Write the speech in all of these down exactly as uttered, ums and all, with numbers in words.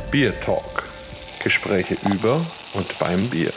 Beer Talk. Gespräche über und beim Bier.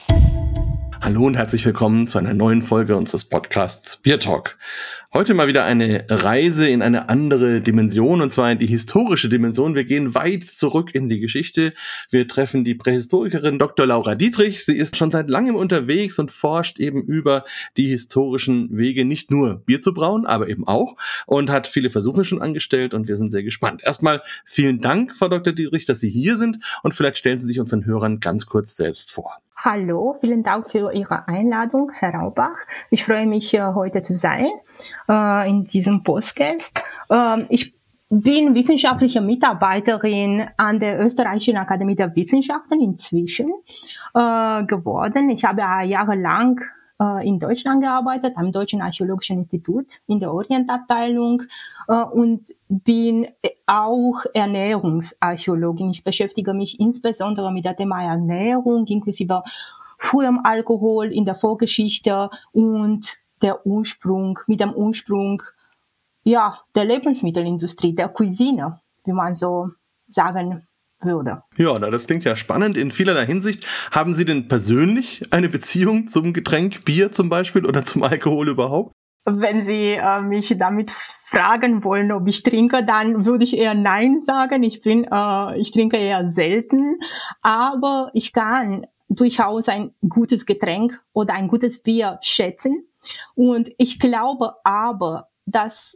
Hallo und herzlich willkommen zu einer neuen Folge unseres Podcasts Beer Talk. Heute mal wieder eine Reise in eine andere Dimension, und zwar in die historische Dimension. Wir gehen weit zurück in die Geschichte. Wir treffen die Prähistorikerin Doktor Laura Dietrich. Sie ist schon seit langem unterwegs und forscht eben über die historischen Wege, nicht nur Bier zu brauen, aber eben auch, und hat viele Versuche schon angestellt, und wir sind sehr gespannt. Erstmal vielen Dank, Frau Doktor Dietrich, dass Sie hier sind, und vielleicht stellen Sie sich unseren Hörern ganz kurz selbst vor. Hallo, vielen Dank für Ihre Einladung, Herr Raubach. Ich freue mich, heute zu sein äh, in diesem Podcast. Ähm, ich bin wissenschaftliche Mitarbeiterin an der Österreichischen Akademie der Wissenschaften inzwischen äh, geworden. Ich habe jahrelang äh, in Deutschland gearbeitet, am Deutschen Archäologischen Institut in der Orientabteilung äh, und bin auch Ernährungsarchäologin. Ich beschäftige mich insbesondere mit dem Thema Ernährung, inklusive frühem Alkohol in der Vorgeschichte und der Ursprung, mit dem Ursprung, ja, der Lebensmittelindustrie, der Cuisine, wie man so sagen würde. Ja, das klingt ja spannend in vielerlei Hinsicht. Haben Sie denn persönlich eine Beziehung zum Getränk Bier zum Beispiel oder zum Alkohol überhaupt? Wenn Sie äh, mich damit fragen wollen, ob ich trinke, dann würde ich eher Nein sagen. Ich bin, äh, ich trinke eher selten, aber ich kann durchaus ein gutes Getränk oder ein gutes Bier schätzen. Und ich glaube aber, dass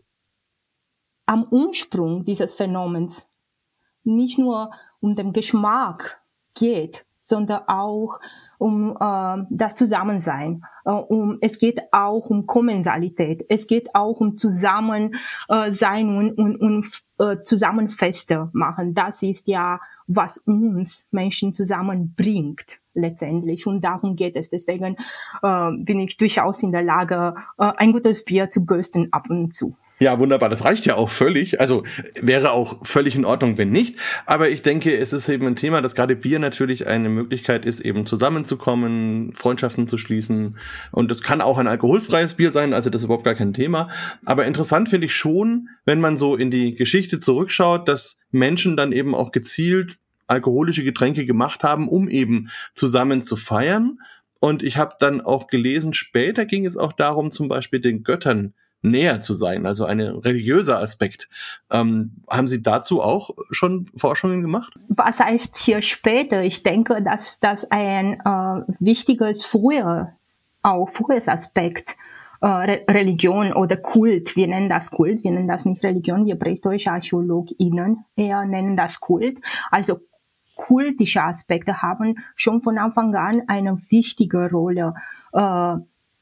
am Ursprung dieses Phänomens nicht nur um den Geschmack geht, sondern auch um äh, das Zusammensein. Äh, um, es geht auch um Kommensalität. Es geht auch um Zusammensein äh, und, und, und äh, Zusammenfeste machen. Das ist ja, was uns Menschen zusammenbringt letztendlich. Und darum geht es. Deswegen äh, bin ich durchaus in der Lage, äh, ein gutes Bier zu gösten ab und zu. Ja, wunderbar. Das reicht ja auch völlig. Also wäre auch völlig in Ordnung, wenn nicht. Aber ich denke, es ist eben ein Thema, dass gerade Bier natürlich eine Möglichkeit ist, eben zusammenzukommen, Freundschaften zu schließen. Und es kann auch ein alkoholfreies Bier sein, also das ist überhaupt gar kein Thema. Aber interessant finde ich schon, wenn man so in die Geschichte zurückschaut, dass Menschen dann eben auch gezielt alkoholische Getränke gemacht haben, um eben zusammen zu feiern. Und ich habe dann auch gelesen, später ging es auch darum, zum Beispiel den Göttern näher zu sein, also ein religiöser Aspekt. Ähm, haben Sie dazu auch schon Forschungen gemacht? Was heißt hier später? Ich denke, dass das ein äh, wichtiges früher, auch frühes Aspekt, äh, Re- Religion oder Kult, wir nennen das Kult, wir nennen das nicht Religion, wir prähistorische ArchäologInnen eher nennen das Kult. Also kultische Aspekte haben schon von Anfang an eine wichtige Rolle äh,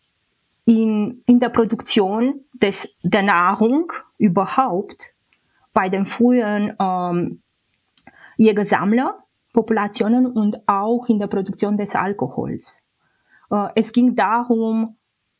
In, in der Produktion des, der Nahrung überhaupt, bei den frühen ähm, Jäger-Sammler-Populationen und auch in der Produktion des Alkohols. Äh, es ging darum,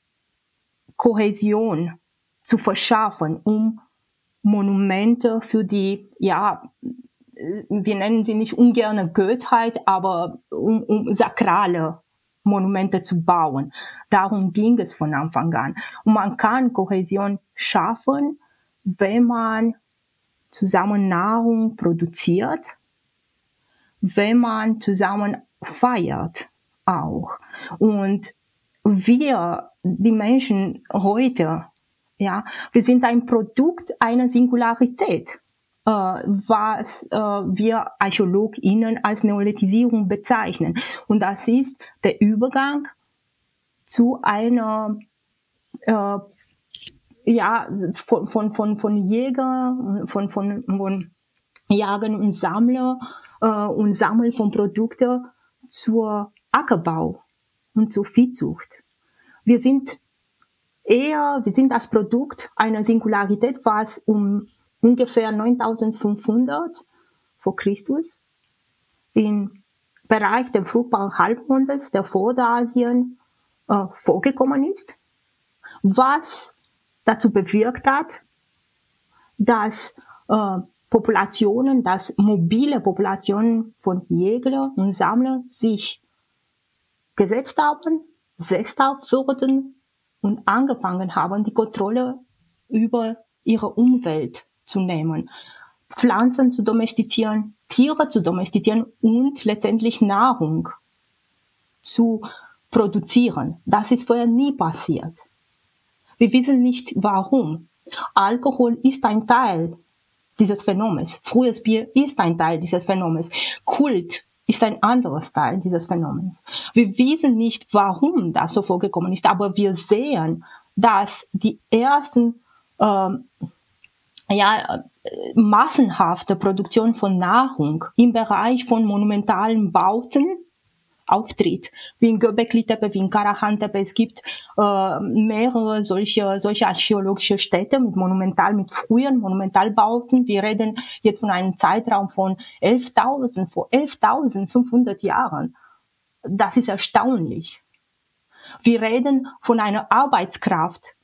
Kohäsion zu verschaffen, um Monumente für die, ja, wir nennen sie nicht ungerne Göttheit, aber um, um sakrale Monumente zu bauen. Darum ging es von Anfang an. Und man kann Kohäsion schaffen, wenn man zusammen Nahrung produziert, wenn man zusammen feiert auch. Und wir, die Menschen heute, ja, wir sind ein Produkt einer Singularität, äh, was äh, wir ArchäologInnen als Neolithisierung bezeichnen. Und das ist der Übergang zu einer, äh, ja, von, von, von, von Jäger, von, von, von Jagen und Sammler äh, und Sammeln von Produkten zur Ackerbau und zur Viehzucht. Wir sind eher, wir sind das Produkt einer Singularität, was um ungefähr neuntausendfünfhundert vor Christus im Bereich des fruchtbaren Halbmondes der Vorderasien äh, vorgekommen ist, was dazu bewirkt hat, dass äh, Populationen, dass mobile Populationen von Jägern und Sammlern sich gesetzt haben, sesshaft wurden und angefangen haben, die Kontrolle über ihre Umwelt zu nehmen, Pflanzen zu domestizieren, Tiere zu domestizieren und letztendlich Nahrung zu produzieren. Das ist vorher nie passiert. Wir wissen nicht, warum. Alkohol ist ein Teil dieses Phänomens. Frühes Bier ist ein Teil dieses Phänomens. Kult ist ein anderes Teil dieses Phänomens. Wir wissen nicht, warum das so vorgekommen ist, aber wir sehen, dass die ersten ähm, ja, massenhafte Produktion von Nahrung im Bereich von monumentalen Bauten auftritt, wie in Göbekli Tepe, wie in Karahan Tepe. Es gibt äh, mehrere solche, solche archäologische Städte mit monumental, mit frühen Monumentalbauten. Wir reden jetzt von einem Zeitraum von elftausend, vor elftausendfünfhundert Jahren. Das ist erstaunlich. Wir reden von einer Arbeitskraft,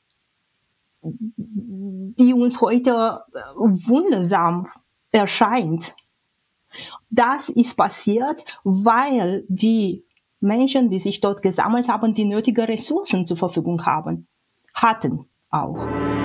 die uns heute wundersam erscheint. Das ist passiert, weil die Menschen, die sich dort gesammelt haben, die nötigen Ressourcen zur Verfügung haben, hatten auch.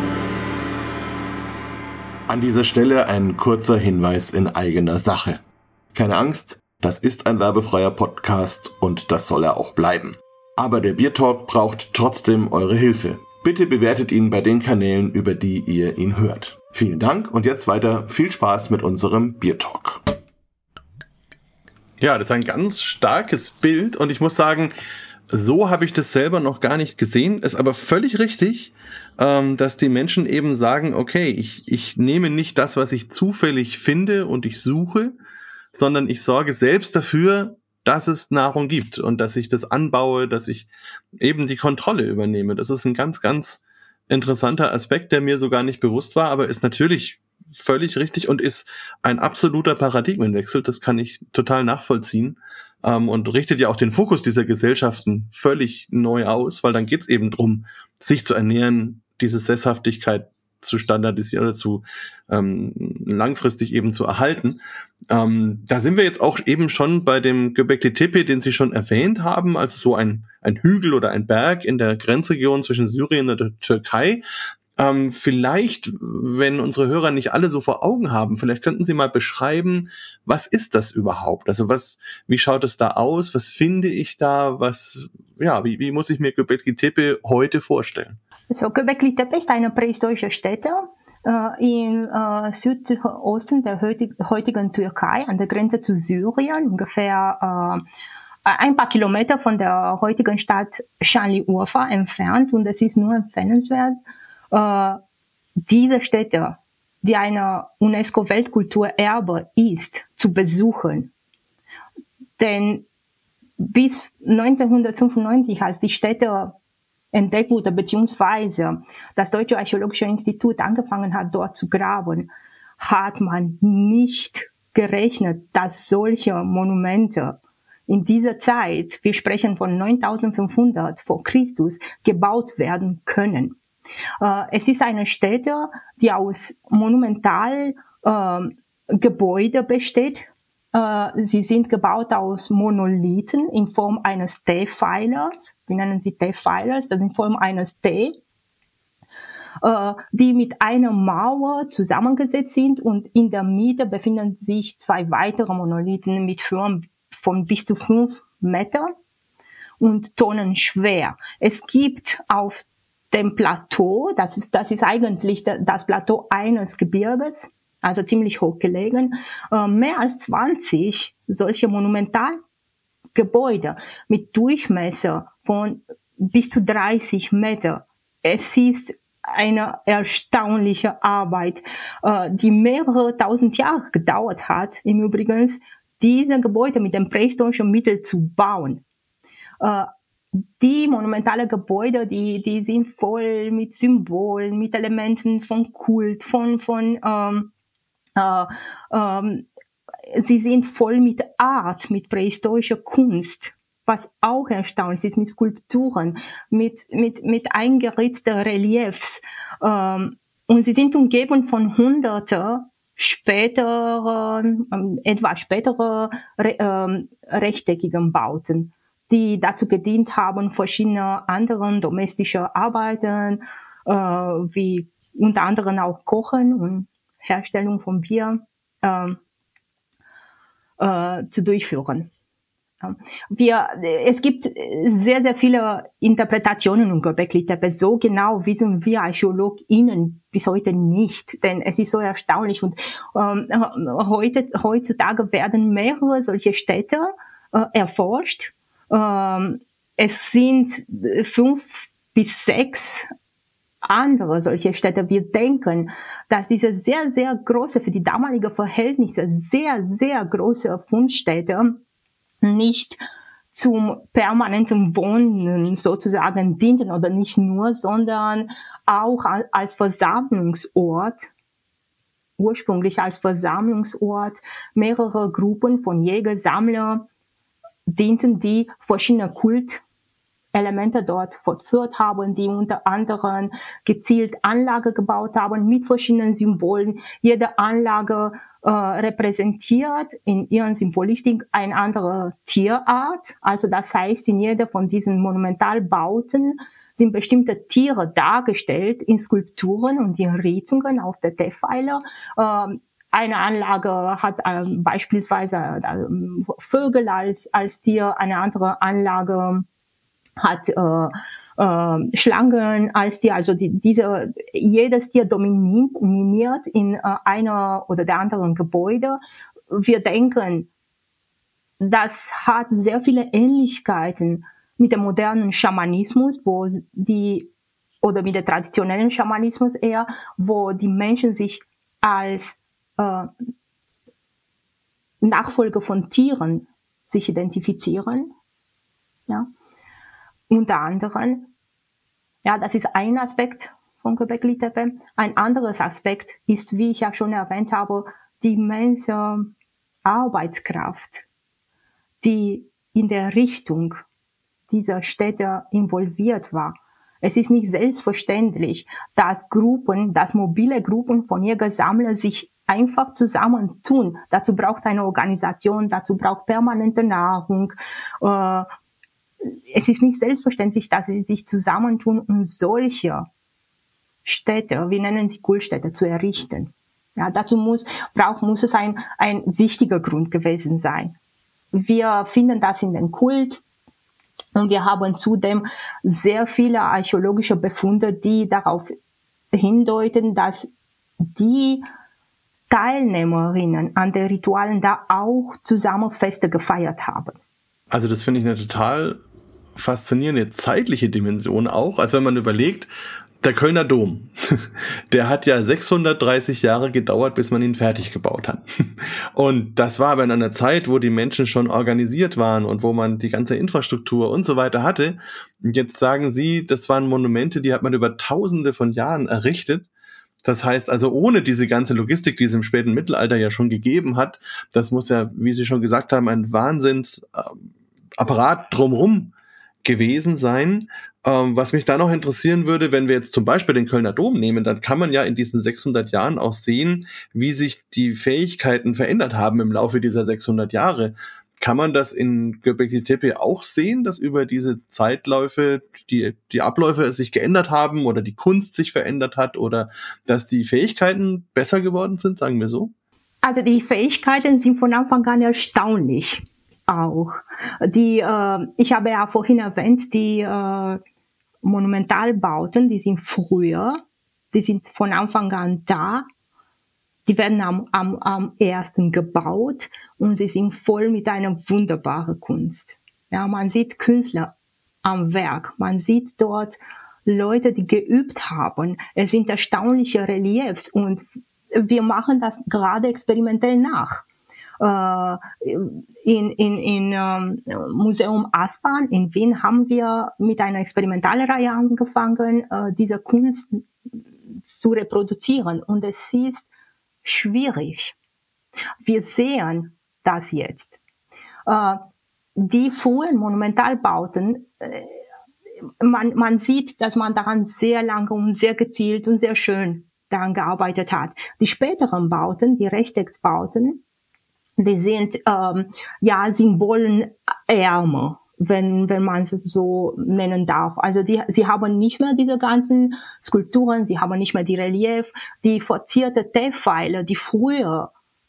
An dieser Stelle ein kurzer Hinweis in eigener Sache. Keine Angst, das ist ein werbefreier Podcast und das soll er auch bleiben. Aber der Biertalk braucht trotzdem eure Hilfe. Bitte bewertet ihn bei den Kanälen, über die ihr ihn hört. Vielen Dank und jetzt weiter viel Spaß mit unserem Biertalk. Ja, das ist ein ganz starkes Bild und ich muss sagen, so habe ich das selber noch gar nicht gesehen. Ist aber völlig richtig, ähm, dass die Menschen eben sagen, okay, ich, ich nehme nicht das, was ich zufällig finde und ich suche, sondern ich sorge selbst dafür, dass es Nahrung gibt und dass ich das anbaue, dass ich eben die Kontrolle übernehme. Das ist ein ganz, ganz interessanter Aspekt, der mir so gar nicht bewusst war, aber ist natürlich völlig richtig und ist ein absoluter Paradigmenwechsel. Das kann ich total nachvollziehen ähm, und richtet ja auch den Fokus dieser Gesellschaften völlig neu aus, weil dann geht es eben drum, sich zu ernähren, diese Sesshaftigkeit zu standardisieren oder zu ähm, langfristig eben zu erhalten. Ähm, da sind wir jetzt auch eben schon bei dem Göbekli Tepe, den Sie schon erwähnt haben, also so ein, ein Hügel oder ein Berg in der Grenzregion zwischen Syrien und der Türkei. Ähm, vielleicht, wenn unsere Hörer nicht alle so vor Augen haben, vielleicht könnten Sie mal beschreiben, was ist das überhaupt? Also was, wie schaut es da aus? Was finde ich da? Was, ja, wie, wie muss ich mir Göbekli Tepe heute vorstellen? Also Göbekli Tepe ist eine prähistorische Stätte äh, im äh, Südosten der heutig, heutigen Türkei, an der Grenze zu Syrien, ungefähr äh, ein paar Kilometer von der heutigen Stadt Şanlıurfa entfernt. Und es ist nur empfehlenswert, äh, diese Stätte, die eine UNESCO-Weltkulturerbe ist, zu besuchen. Denn bis neunzehnhundertfünfundneunzig, als die Stätte entdeckt wurde, beziehungsweise das Deutsche Archäologische Institut angefangen hat, dort zu graben, hat man nicht gerechnet, dass solche Monumente in dieser Zeit, wir sprechen von neuntausendfünfhundert vor Christus, gebaut werden können. Äh, es ist eine Stätte, die aus monumental äh, Gebäude besteht. Äh, sie sind gebaut aus Monolithen in Form eines T-Pfeilers. Wir nennen sie T-Pfeilers, das ist in Form eines T, äh, die mit einer Mauer zusammengesetzt sind und in der Mitte befinden sich zwei weitere Monolithen mit Höhen von bis zu fünf Metern und Tonnen schwer. Es gibt auf dem Plateau, das ist, das ist eigentlich das Plateau eines Gebirges, also ziemlich hoch gelegen, äh, mehr als zwanzig solche Monumentalgebäude mit Durchmesser von bis zu dreißig Meter. Es ist eine erstaunliche Arbeit, äh, die mehrere tausend Jahre gedauert hat, im Übrigen, diese Gebäude mit dem prähistorischen Mittel zu bauen. Äh, die monumentalen Gebäude, die, die sind voll mit Symbolen, mit Elementen von Kult, von, von, ähm, äh, ähm, sie sind voll mit Art, mit prähistorischer Kunst, was auch erstaunlich ist, mit Skulpturen, mit, mit, mit eingeritzten Reliefs. Ähm, und sie sind umgeben von hunderten späteren, ähm, etwas spätere re, ähm, rechteckigen Bauten, die dazu gedient haben, verschiedene anderen domestische Arbeiten, äh, wie unter anderem auch Kochen und Herstellung von Bier. Ähm, äh, zu durchführen. Wir, es gibt sehr, sehr viele Interpretationen um Göbekli Tepe. So genau wissen wir ArchäologInnen bis heute nicht, denn es ist so erstaunlich. Und ähm, heute, heutzutage werden mehrere solche Städte äh, erforscht. Ähm, es sind fünf bis sechs andere solche Städte. Wir denken, dass diese sehr, sehr große, für die damalige Verhältnisse, sehr, sehr große Fundstätte nicht zum permanenten Wohnen sozusagen dienten oder nicht nur, sondern auch als Versammlungsort, ursprünglich als Versammlungsort mehrere Gruppen von Jäger, Sammler dienten, die verschiedene Kultelemente dort fortgeführt haben, die unter anderem gezielt Anlage gebaut haben mit verschiedenen Symbolen. Jede Anlage äh, repräsentiert in ihren Symbolistik eine andere Tierart. Also das heißt, in jeder von diesen Monumentalbauten sind bestimmte Tiere dargestellt in Skulpturen und in Ritzungen auf der T-Pfeiler. Ähm, Eine Anlage hat ähm, beispielsweise äh, Vögel als, als Tier, eine andere Anlage hat äh, äh, Schlangen als Tier. Also die, diese, jedes Tier dominiert, dominiert in äh, einer oder der anderen Gebäude. Wir denken, das hat sehr viele Ähnlichkeiten mit dem modernen Schamanismus, wo die, oder mit dem traditionellen Schamanismus eher, wo die Menschen sich als äh, Nachfolger von Tieren sich identifizieren. Ja. Unter anderem, ja, das ist ein Aspekt von Göbekli Tepe. Ein anderes Aspekt ist, wie ich ja schon erwähnt habe, die immense Arbeitskraft, die in der Richtung dieser Städte involviert war. Es ist nicht selbstverständlich, dass Gruppen, dass mobile Gruppen von Jägersammlern sich einfach zusammentun. Dazu braucht eine Organisation, dazu braucht permanente Nahrung. Äh, Es ist nicht selbstverständlich, dass sie sich zusammentun, um solche Städte, wir nennen sie Kultstädte, zu errichten. Ja, dazu muss, braucht, muss es ein, ein wichtiger Grund gewesen sein. Wir finden das in den Kult und wir haben zudem sehr viele archäologische Befunde, die darauf hindeuten, dass die Teilnehmerinnen an den Ritualen da auch zusammen Feste gefeiert haben. Also das finde ich eine total faszinierende zeitliche Dimension auch. Also wenn man überlegt, der Kölner Dom, der hat ja sechshundertdreißig Jahre gedauert, bis man ihn fertig gebaut hat. Und das war aber in einer Zeit, wo die Menschen schon organisiert waren und wo man die ganze Infrastruktur und so weiter hatte. Und jetzt sagen Sie, das waren Monumente, die hat man über Tausende von Jahren errichtet. Das heißt also, ohne diese ganze Logistik, die es im späten Mittelalter ja schon gegeben hat, das muss ja, wie Sie schon gesagt haben, ein Wahnsinnsapparat drumherum gewesen sein. Ähm, was mich da noch interessieren würde, wenn wir jetzt zum Beispiel den Kölner Dom nehmen, dann kann man ja in diesen sechshundert Jahren auch sehen, wie sich die Fähigkeiten verändert haben im Laufe dieser sechshundert Jahre. Kann man das in Göbekli Tepe auch sehen, dass über diese Zeitläufe die, die Abläufe sich geändert haben oder die Kunst sich verändert hat oder dass die Fähigkeiten besser geworden sind, sagen wir so? Also die Fähigkeiten sind von Anfang an erstaunlich auch. Die, äh, ich habe ja vorhin erwähnt, die äh, Monumentalbauten, die sind früher, die sind von Anfang an da. Die werden am, am, am ersten gebaut und sie sind voll mit einer wunderbaren Kunst. Ja, man sieht Künstler am Werk. Man sieht dort Leute, die geübt haben. Es sind erstaunliche Reliefs und wir machen das gerade experimentell nach. Äh, in in, in ähm, Museum Aspern in Wien haben wir mit einer Experimentalreihe angefangen, äh, diese Kunst zu reproduzieren. Und es ist schwierig. Wir sehen das jetzt. Äh, die frühen Monumentalbauten, äh, man, man sieht, dass man daran sehr lange und sehr gezielt und sehr schön daran gearbeitet hat. Die späteren Bauten, die Rechtecksbauten, die sind ähm, ja symbolenärmer, wenn wenn man es so nennen darf. Also die, sie haben nicht mehr diese ganzen Skulpturen, sie haben nicht mehr die Relief, die verzierte T-Pfeiler, die früher äh,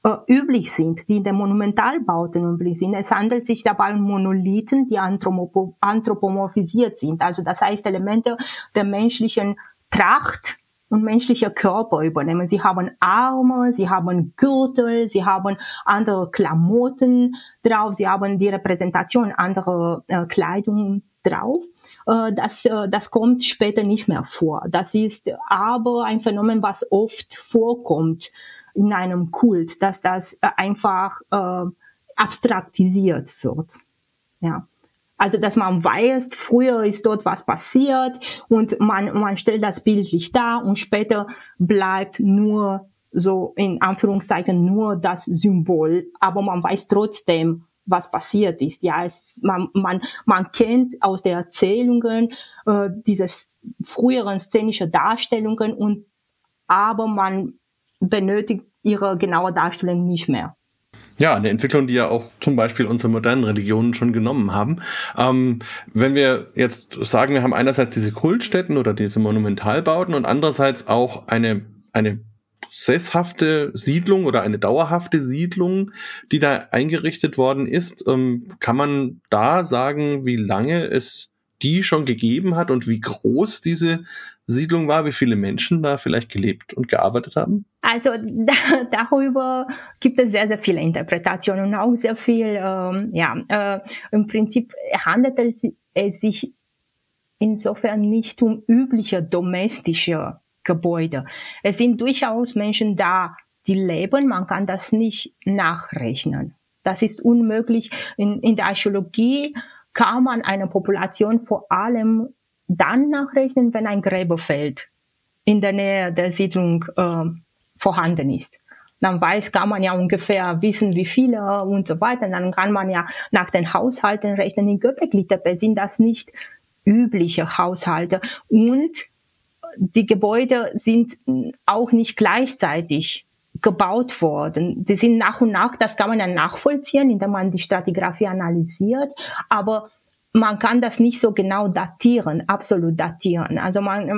äh, üblich sind, die in den Monumentalbauten üblich sind. Es handelt sich dabei um Monolithen, die anthropo- anthropomorphisiert sind. Also das heißt Elemente der menschlichen Tracht und menschlicher Körper übernehmen. Sie haben Arme, sie haben Gürtel, sie haben andere Klamotten drauf, sie haben die Repräsentation anderer äh, Kleidung drauf. Äh, das, äh, das kommt später nicht mehr vor. Das ist aber ein Phänomen, was oft vorkommt in einem Kult, dass das äh, einfach äh, abstraktisiert wird. Ja. Also, dass man weiß, früher ist dort was passiert und man, man stellt das bildlich dar und später bleibt nur so in Anführungszeichen nur das Symbol, aber man weiß trotzdem, was passiert ist. Ja, es, man, man, man kennt aus den Erzählungen äh, diese früheren szenischen Darstellungen und aber man benötigt ihre genaue Darstellung nicht mehr. Ja, eine Entwicklung, die ja auch zum Beispiel unsere modernen Religionen schon genommen haben. Ähm, wenn wir jetzt sagen, wir haben einerseits diese Kultstätten oder diese Monumentalbauten und andererseits auch eine, eine sesshafte Siedlung oder eine dauerhafte Siedlung, die da eingerichtet worden ist, ähm, kann man da sagen, wie lange es die schon gegeben hat und wie groß diese Siedlung war, wie viele Menschen da vielleicht gelebt und gearbeitet haben? Also da, darüber gibt es sehr, sehr viele Interpretationen und auch sehr viel, ähm, ja, äh, im Prinzip handelt es, es sich insofern nicht um übliche domestische Gebäude. Es sind durchaus Menschen da, die leben, man kann das nicht nachrechnen. Das ist unmöglich. In, in der Archäologie kann man eine Population vor allem dann nachrechnen, wenn ein Gräberfeld in der Nähe der Siedlung äh, vorhanden ist. Dann weiß, kann man ja ungefähr wissen, wie viele und so weiter. Dann kann man ja nach den Haushalten rechnen. In Göbekli-Tepe sind das nicht übliche Haushalte. Und die Gebäude sind auch nicht gleichzeitig gebaut worden. Die sind nach und nach, das kann man ja nachvollziehen, indem man die Stratigraphie analysiert. Aber man kann das nicht so genau datieren, absolut datieren. Also man,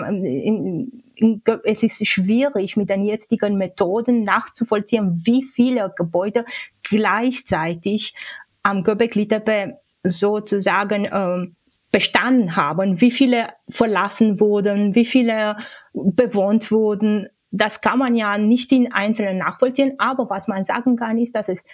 in, in, es ist schwierig, mit den jetzigen Methoden nachzuvollziehen, wie viele Gebäude gleichzeitig am Göbekli-Tepe sozusagen ähm, bestanden haben, wie viele verlassen wurden, wie viele bewohnt wurden. Das kann man ja nicht in Einzelnen nachvollziehen, aber was man sagen kann, ist, dass es,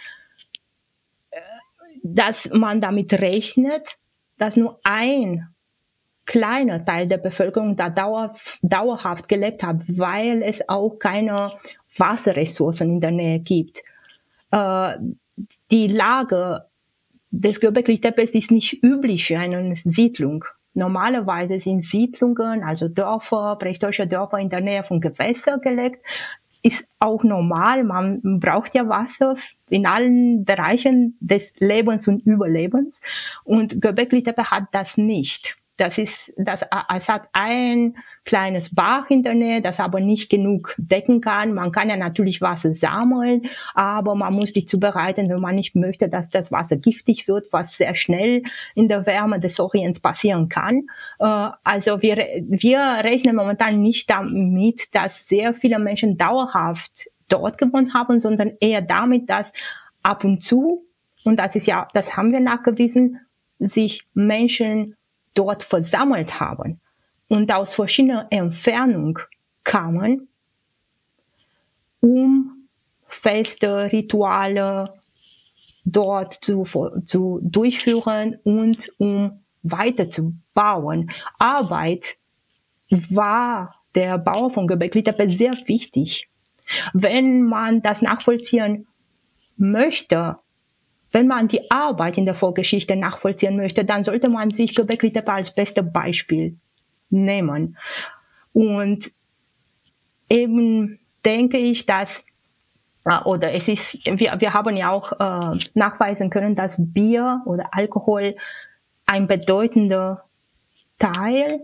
dass man damit rechnet, dass nur ein kleiner Teil der Bevölkerung da dauer, dauerhaft gelebt hat, weil es auch keine Wasserressourcen in der Nähe gibt. Äh, die Lage des Göbekli-Tepes ist nicht üblich für eine Siedlung. Normalerweise sind Siedlungen, also Dörfer, prähistorische Dörfer in der Nähe von Gewässern gelegt. Ist auch normal, man braucht ja Wasser in allen Bereichen des Lebens und Überlebens. Und Göbekli-Tepe hat das nicht. Das ist, das, es hat ein kleines Bach in der Nähe, das aber nicht genug decken kann. Man kann ja natürlich Wasser sammeln, aber man muss die zubereiten, wenn man nicht möchte, dass das Wasser giftig wird, was sehr schnell in der Wärme des Orients passieren kann. Also wir, wir rechnen momentan nicht damit, dass sehr viele Menschen dauerhaft dort gewohnt haben, sondern eher damit, dass ab und zu, und das ist ja, das haben wir nachgewiesen, sich Menschen dort versammelt haben und aus verschiedener Entfernung kamen, um Feste, Rituale dort zu, zu durchführen und um weiterzubauen. Arbeit war der Bau von Göbekli-Tepe sehr wichtig. Wenn man das nachvollziehen möchte, wenn man die Arbeit in der Vorgeschichte nachvollziehen möchte, dann sollte man sich Göbekli-Tepe als bestes Beispiel nehmen. Und eben denke ich, dass, oder es ist, wir, wir haben ja auch äh, nachweisen können, dass Bier oder Alkohol ein bedeutender Teil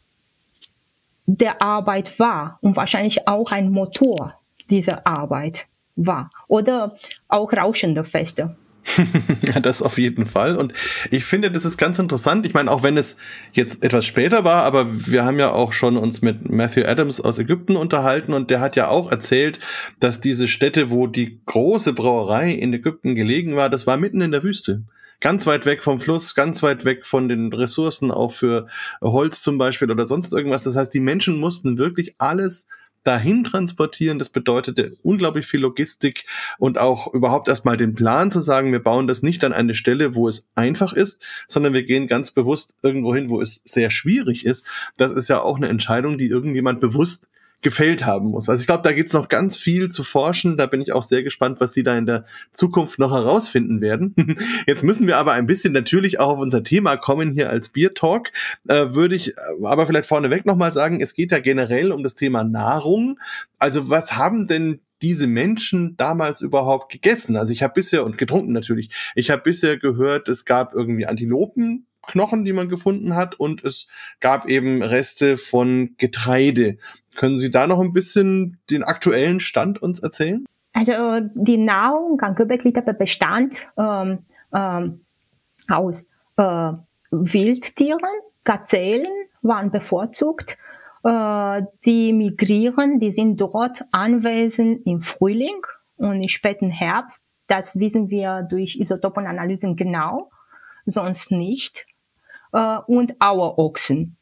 der Arbeit war und wahrscheinlich auch ein Motor dieser Arbeit war. Oder auch rauschende Feste. Ja, das auf jeden Fall. Und ich finde, das ist ganz interessant. Ich meine, auch wenn es jetzt etwas später war, aber wir haben ja auch schon uns mit Matthew Adams aus Ägypten unterhalten und der hat ja auch erzählt, dass diese Stätte, wo die große Brauerei in Ägypten gelegen war, das war mitten in der Wüste. Ganz weit weg vom Fluss, ganz weit weg von den Ressourcen, auch für Holz zum Beispiel oder sonst irgendwas. Das heißt, die Menschen mussten wirklich alles dahin transportieren. Das bedeutete unglaublich viel Logistik und auch überhaupt erstmal den Plan zu sagen, wir bauen das nicht an eine Stelle, wo es einfach ist, sondern wir gehen ganz bewusst irgendwo hin, wo es sehr schwierig ist. Das ist ja auch eine Entscheidung, die irgendjemand bewusst gefällt haben muss. Also ich glaube, da geht's noch ganz viel zu forschen. Da bin ich auch sehr gespannt, was Sie da in der Zukunft noch herausfinden werden. Jetzt müssen wir aber ein bisschen natürlich auch auf unser Thema kommen hier als Beer Talk. Äh, würde ich aber vielleicht vorneweg nochmal sagen, es geht ja generell um das Thema Nahrung. Also was haben denn diese Menschen damals überhaupt gegessen? Also ich habe bisher, und getrunken natürlich, ich habe bisher gehört, es gab irgendwie Antilopenknochen, die man gefunden hat und es gab eben Reste von Getreide. Können Sie da noch ein bisschen den aktuellen Stand uns erzählen? Also die Nahrung an Göbekli Tepe bestand ähm, ähm, aus äh, Wildtieren, Gazellen waren bevorzugt. Äh, die migrieren, die sind dort anwesend im Frühling und im späten Herbst. Das wissen wir durch Isotopenanalysen genau, sonst nicht. Äh, und Auerochsen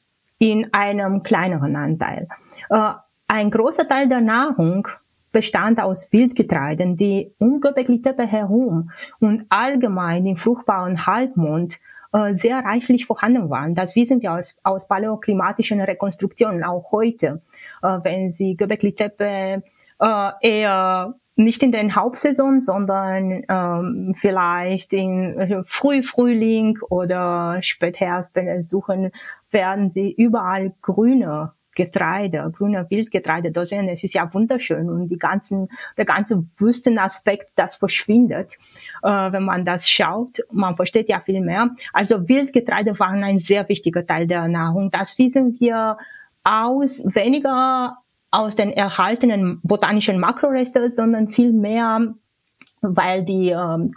in einem kleineren Anteil. Äh, ein großer Teil der Nahrung bestand aus Wildgetreiden, die um Göbekli Tepe herum und allgemein im fruchtbaren Halbmond äh, sehr reichlich vorhanden waren. Das wissen wir aus, aus paläoklimatischen Rekonstruktionen, auch heute. Äh, wenn Sie Göbekli Tepe äh, eher nicht in der Hauptsaison, sondern ähm, vielleicht in Frühfrühling oder Spätherbst besuchen, werden Sie überall grüne Getreide, grüne Wildgetreide da sehen. Es ist ja wunderschön und die ganzen, der ganze Wüstenaspekt, das verschwindet, äh, wenn man das schaut. Man versteht ja viel mehr. Also Wildgetreide waren ein sehr wichtiger Teil der Nahrung. Das wissen wir aus weniger aus den erhaltenen botanischen Makroresten, sondern viel mehr, weil die ähm,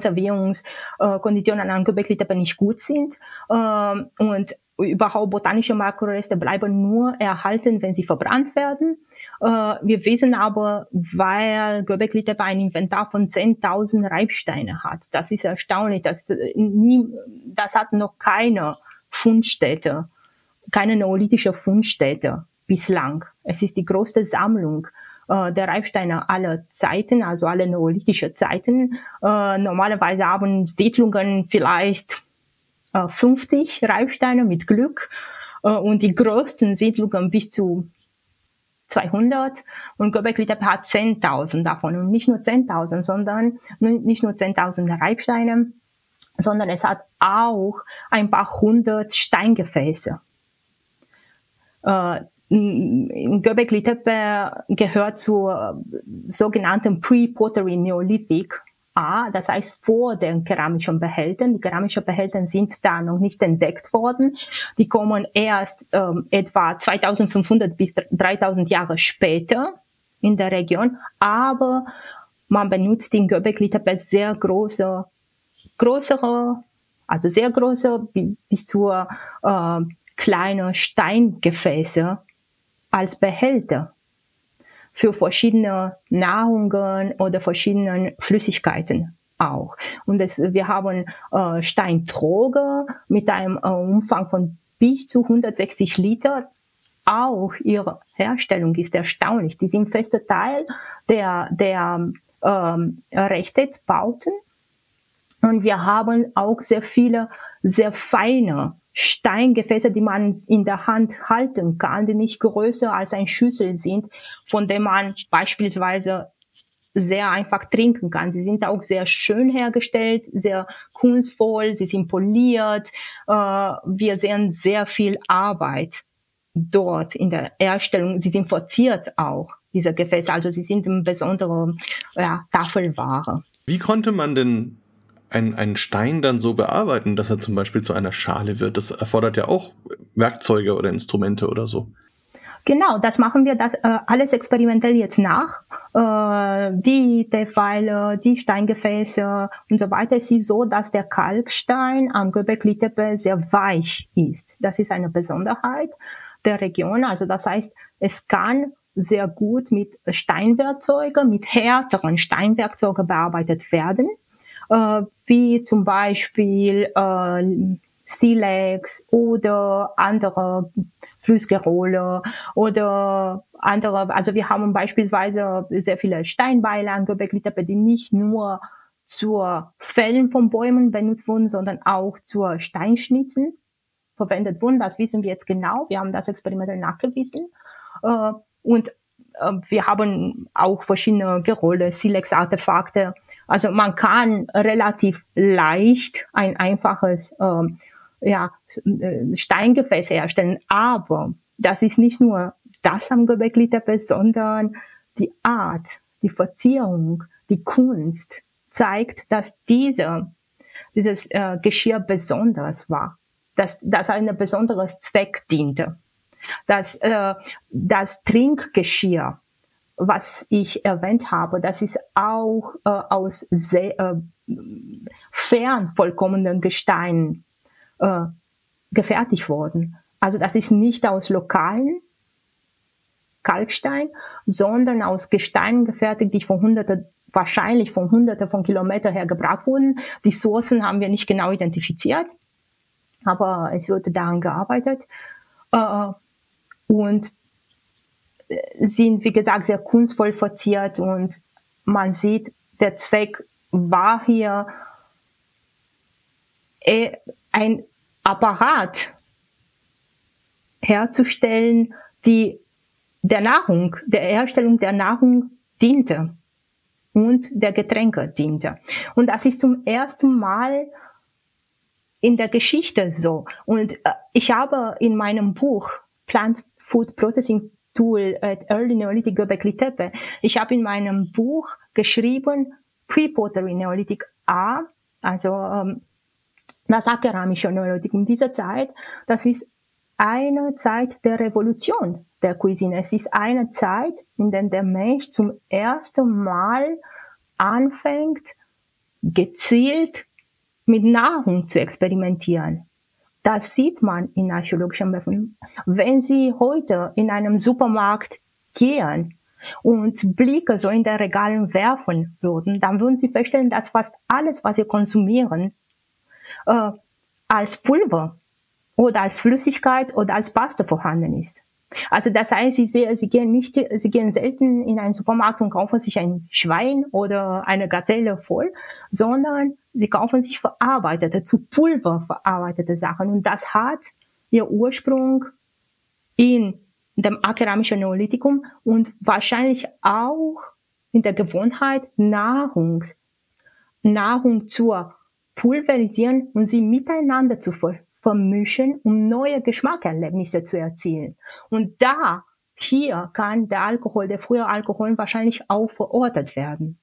Konservierungskonditionen an Göbekli Tepe nicht gut sind. Ähm, und überhaupt botanische Makroreste bleiben nur erhalten, wenn sie verbrannt werden. Äh, wir wissen aber, weil Göbekli Tepe ein Inventar von zehntausend Reibsteine hat. Das ist erstaunlich. Das, nie, das hat noch keine Fundstätte, keine neolithische Fundstätte bislang. Es ist die größte Sammlung äh, der Reibsteine aller Zeiten, also alle neolithische Zeiten. Äh, normalerweise haben Siedlungen vielleicht äh, fünfzig Reibsteine mit Glück äh, und die größten Siedlungen bis zu zweihundert und Göbekli Tepe hat zehntausend davon und nicht nur zehntausend, sondern nicht nur zehntausend Reibsteine, sondern es hat auch ein paar hundert Steingefäße. Äh, In Göbekli Tepe gehört zur sogenannten Pre-Pottery Neolithic A, das heißt vor den keramischen Behältern. Die keramischen Behälter sind da noch nicht entdeckt worden. Die kommen erst ähm, etwa zweitausendfünfhundert bis dreitausend Jahre später in der Region. Aber man benutzt in Göbekli Tepe sehr große, größere, also sehr große bis, bis zu äh, kleine Steingefäße als Behälter für verschiedene Nahrungen oder verschiedene Flüssigkeiten auch. Und das, wir haben äh, Steintroge mit einem äh, Umfang von bis zu hundertsechzig Liter. Auch ihre Herstellung ist erstaunlich. Die sind fester Teil der, der ähm, Rechtecksbauten. Und wir haben auch sehr viele, sehr feine Steingefäße, die man in der Hand halten kann, die nicht größer als ein Schüssel sind, von dem man beispielsweise sehr einfach trinken kann. Sie sind auch sehr schön hergestellt, sehr kunstvoll, sie sind poliert. Äh, wir sehen sehr viel Arbeit dort in der Herstellung. Sie sind verziert auch, diese Gefäße, also sie sind eine besondere ja, Tafelware. Wie konnte man denn Ein, einen Stein dann so bearbeiten, dass er zum Beispiel zu einer Schale wird? Das erfordert ja auch Werkzeuge oder Instrumente oder so. Genau, das machen wir das äh, alles experimentell jetzt nach. Äh, die Teefpfeile, die Steingefäße und so weiter. Es ist so, dass der Kalkstein am Göbekli Tepe sehr weich ist. Das ist eine Besonderheit der Region. Also das heißt, es kann sehr gut mit Steinwerkzeugen, mit härteren Steinwerkzeugen bearbeitet werden, äh, wie zum Beispiel äh, Silex oder andere Flussgerole oder andere, also wir haben beispielsweise sehr viele Steinbeile an Göbekli Tepe, die nicht nur zur Fällen von Bäumen benutzt wurden, sondern auch zur Steinschnitzen verwendet wurden. Das wissen wir jetzt genau. Wir haben das experimentell nachgewiesen. Äh, und äh, wir haben auch verschiedene Gerole, Silex-Artefakte. Also man kann relativ leicht ein einfaches äh, ja, Steingefäß herstellen. Aber das ist nicht nur das am Göbekli Tepe, sondern die Art, die Verzierung, die Kunst zeigt, dass diese, dieses äh, Geschirr besonders war, dass das einem besonderen Zweck diente. Dass äh, das Trinkgeschirr, was ich erwähnt habe, das ist auch äh, aus sehr äh, fern vollkommenen Gesteinen äh, gefertigt worden. Also das ist nicht aus lokalen Kalkstein, sondern aus Gesteinen gefertigt, die von Hunderte, wahrscheinlich von Hunderte von Kilometern her gebracht wurden. Die Sourcen haben wir nicht genau identifiziert, aber es wurde daran gearbeitet. Äh, und sind, wie gesagt, sehr kunstvoll verziert und man sieht, der Zweck war hier ein Apparat herzustellen, die der Nahrung, der Herstellung der Nahrung diente und der Getränke diente. Und das ist zum ersten Mal in der Geschichte so. Und äh, ich habe in meinem Buch Plant Food Processing Tool at Early Neolithic Göbekli Tepe, ich habe in meinem Buch geschrieben Pre-Pottery Neolithic A, also ähm, das akeramische Neolithic. In dieser Zeit, das ist eine Zeit der Revolution der Cuisine. Es ist eine Zeit, in der der Mensch zum ersten Mal anfängt, gezielt mit Nahrung zu experimentieren. Das sieht man in archäologischen Befunden. Wenn Sie heute in einem Supermarkt gehen und Blicke so in den Regalen werfen würden, dann würden Sie feststellen, dass fast alles, was Sie konsumieren, äh, als Pulver oder als Flüssigkeit oder als Paste vorhanden ist. Also das heißt, Sie, sehen, Sie, gehen nicht, Sie gehen selten in einen Supermarkt und kaufen sich ein Schwein oder eine Gazelle voll, sondern Sie kaufen sich verarbeitete, zu Pulver verarbeitete Sachen. Und das hat ihr Ursprung in dem akeramischen Neolithikum und wahrscheinlich auch in der Gewohnheit, Nahrung, Nahrung zu pulverisieren und sie miteinander zu ver- vermischen, um neue Geschmackerlebnisse zu erzielen. Und da, hier kann der Alkohol, der frühe Alkohol wahrscheinlich auch verortet werden.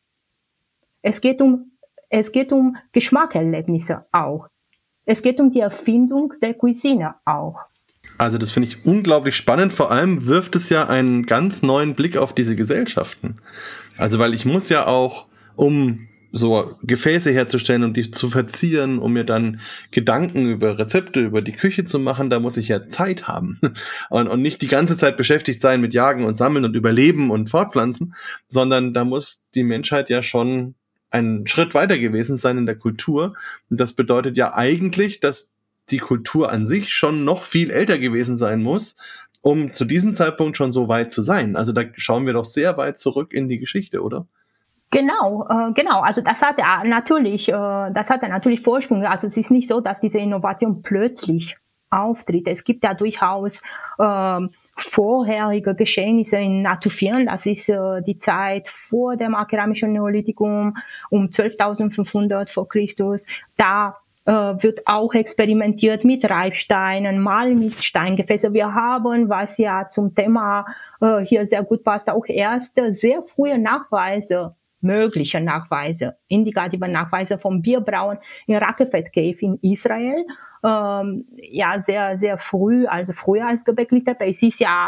Es geht um Es geht um Geschmackerlebnisse auch. Es geht um die Erfindung der Cuisine auch. Also das finde ich unglaublich spannend. Vor allem wirft es ja einen ganz neuen Blick auf diese Gesellschaften. Also weil ich muss ja auch, um so Gefäße herzustellen und die zu verzieren, um mir dann Gedanken über Rezepte, über die Küche zu machen, da muss ich ja Zeit haben und, und nicht die ganze Zeit beschäftigt sein mit Jagen und Sammeln und Überleben und Fortpflanzen, sondern da muss die Menschheit ja schon einen Schritt weiter gewesen sein in der Kultur. Und das bedeutet ja eigentlich, dass die Kultur an sich schon noch viel älter gewesen sein muss, um zu diesem Zeitpunkt schon so weit zu sein. Also da schauen wir doch sehr weit zurück in die Geschichte, oder? Genau, äh, genau. Also das hat ja natürlich, äh, das hat ja natürlich Vorsprung. Also es ist nicht so, dass diese Innovation plötzlich auftritt. Es gibt ja durchaus äh, vorherige Geschehnisse in Natufien. Das ist äh, die Zeit vor dem akeramischen Neolithikum um zwölftausendfünfhundert vor Christus. Da äh, wird auch experimentiert mit Reifsteinen, mal mit Steingefäßen. Wir haben, was ja zum Thema äh, hier sehr gut passt, auch erste sehr frühe Nachweise, mögliche Nachweise, indikative Nachweise vom Bierbrauen in Rakefet Cave in Israel. Ähm, ja, sehr, sehr früh, also früher als Göbekli Tepe. Es ist ja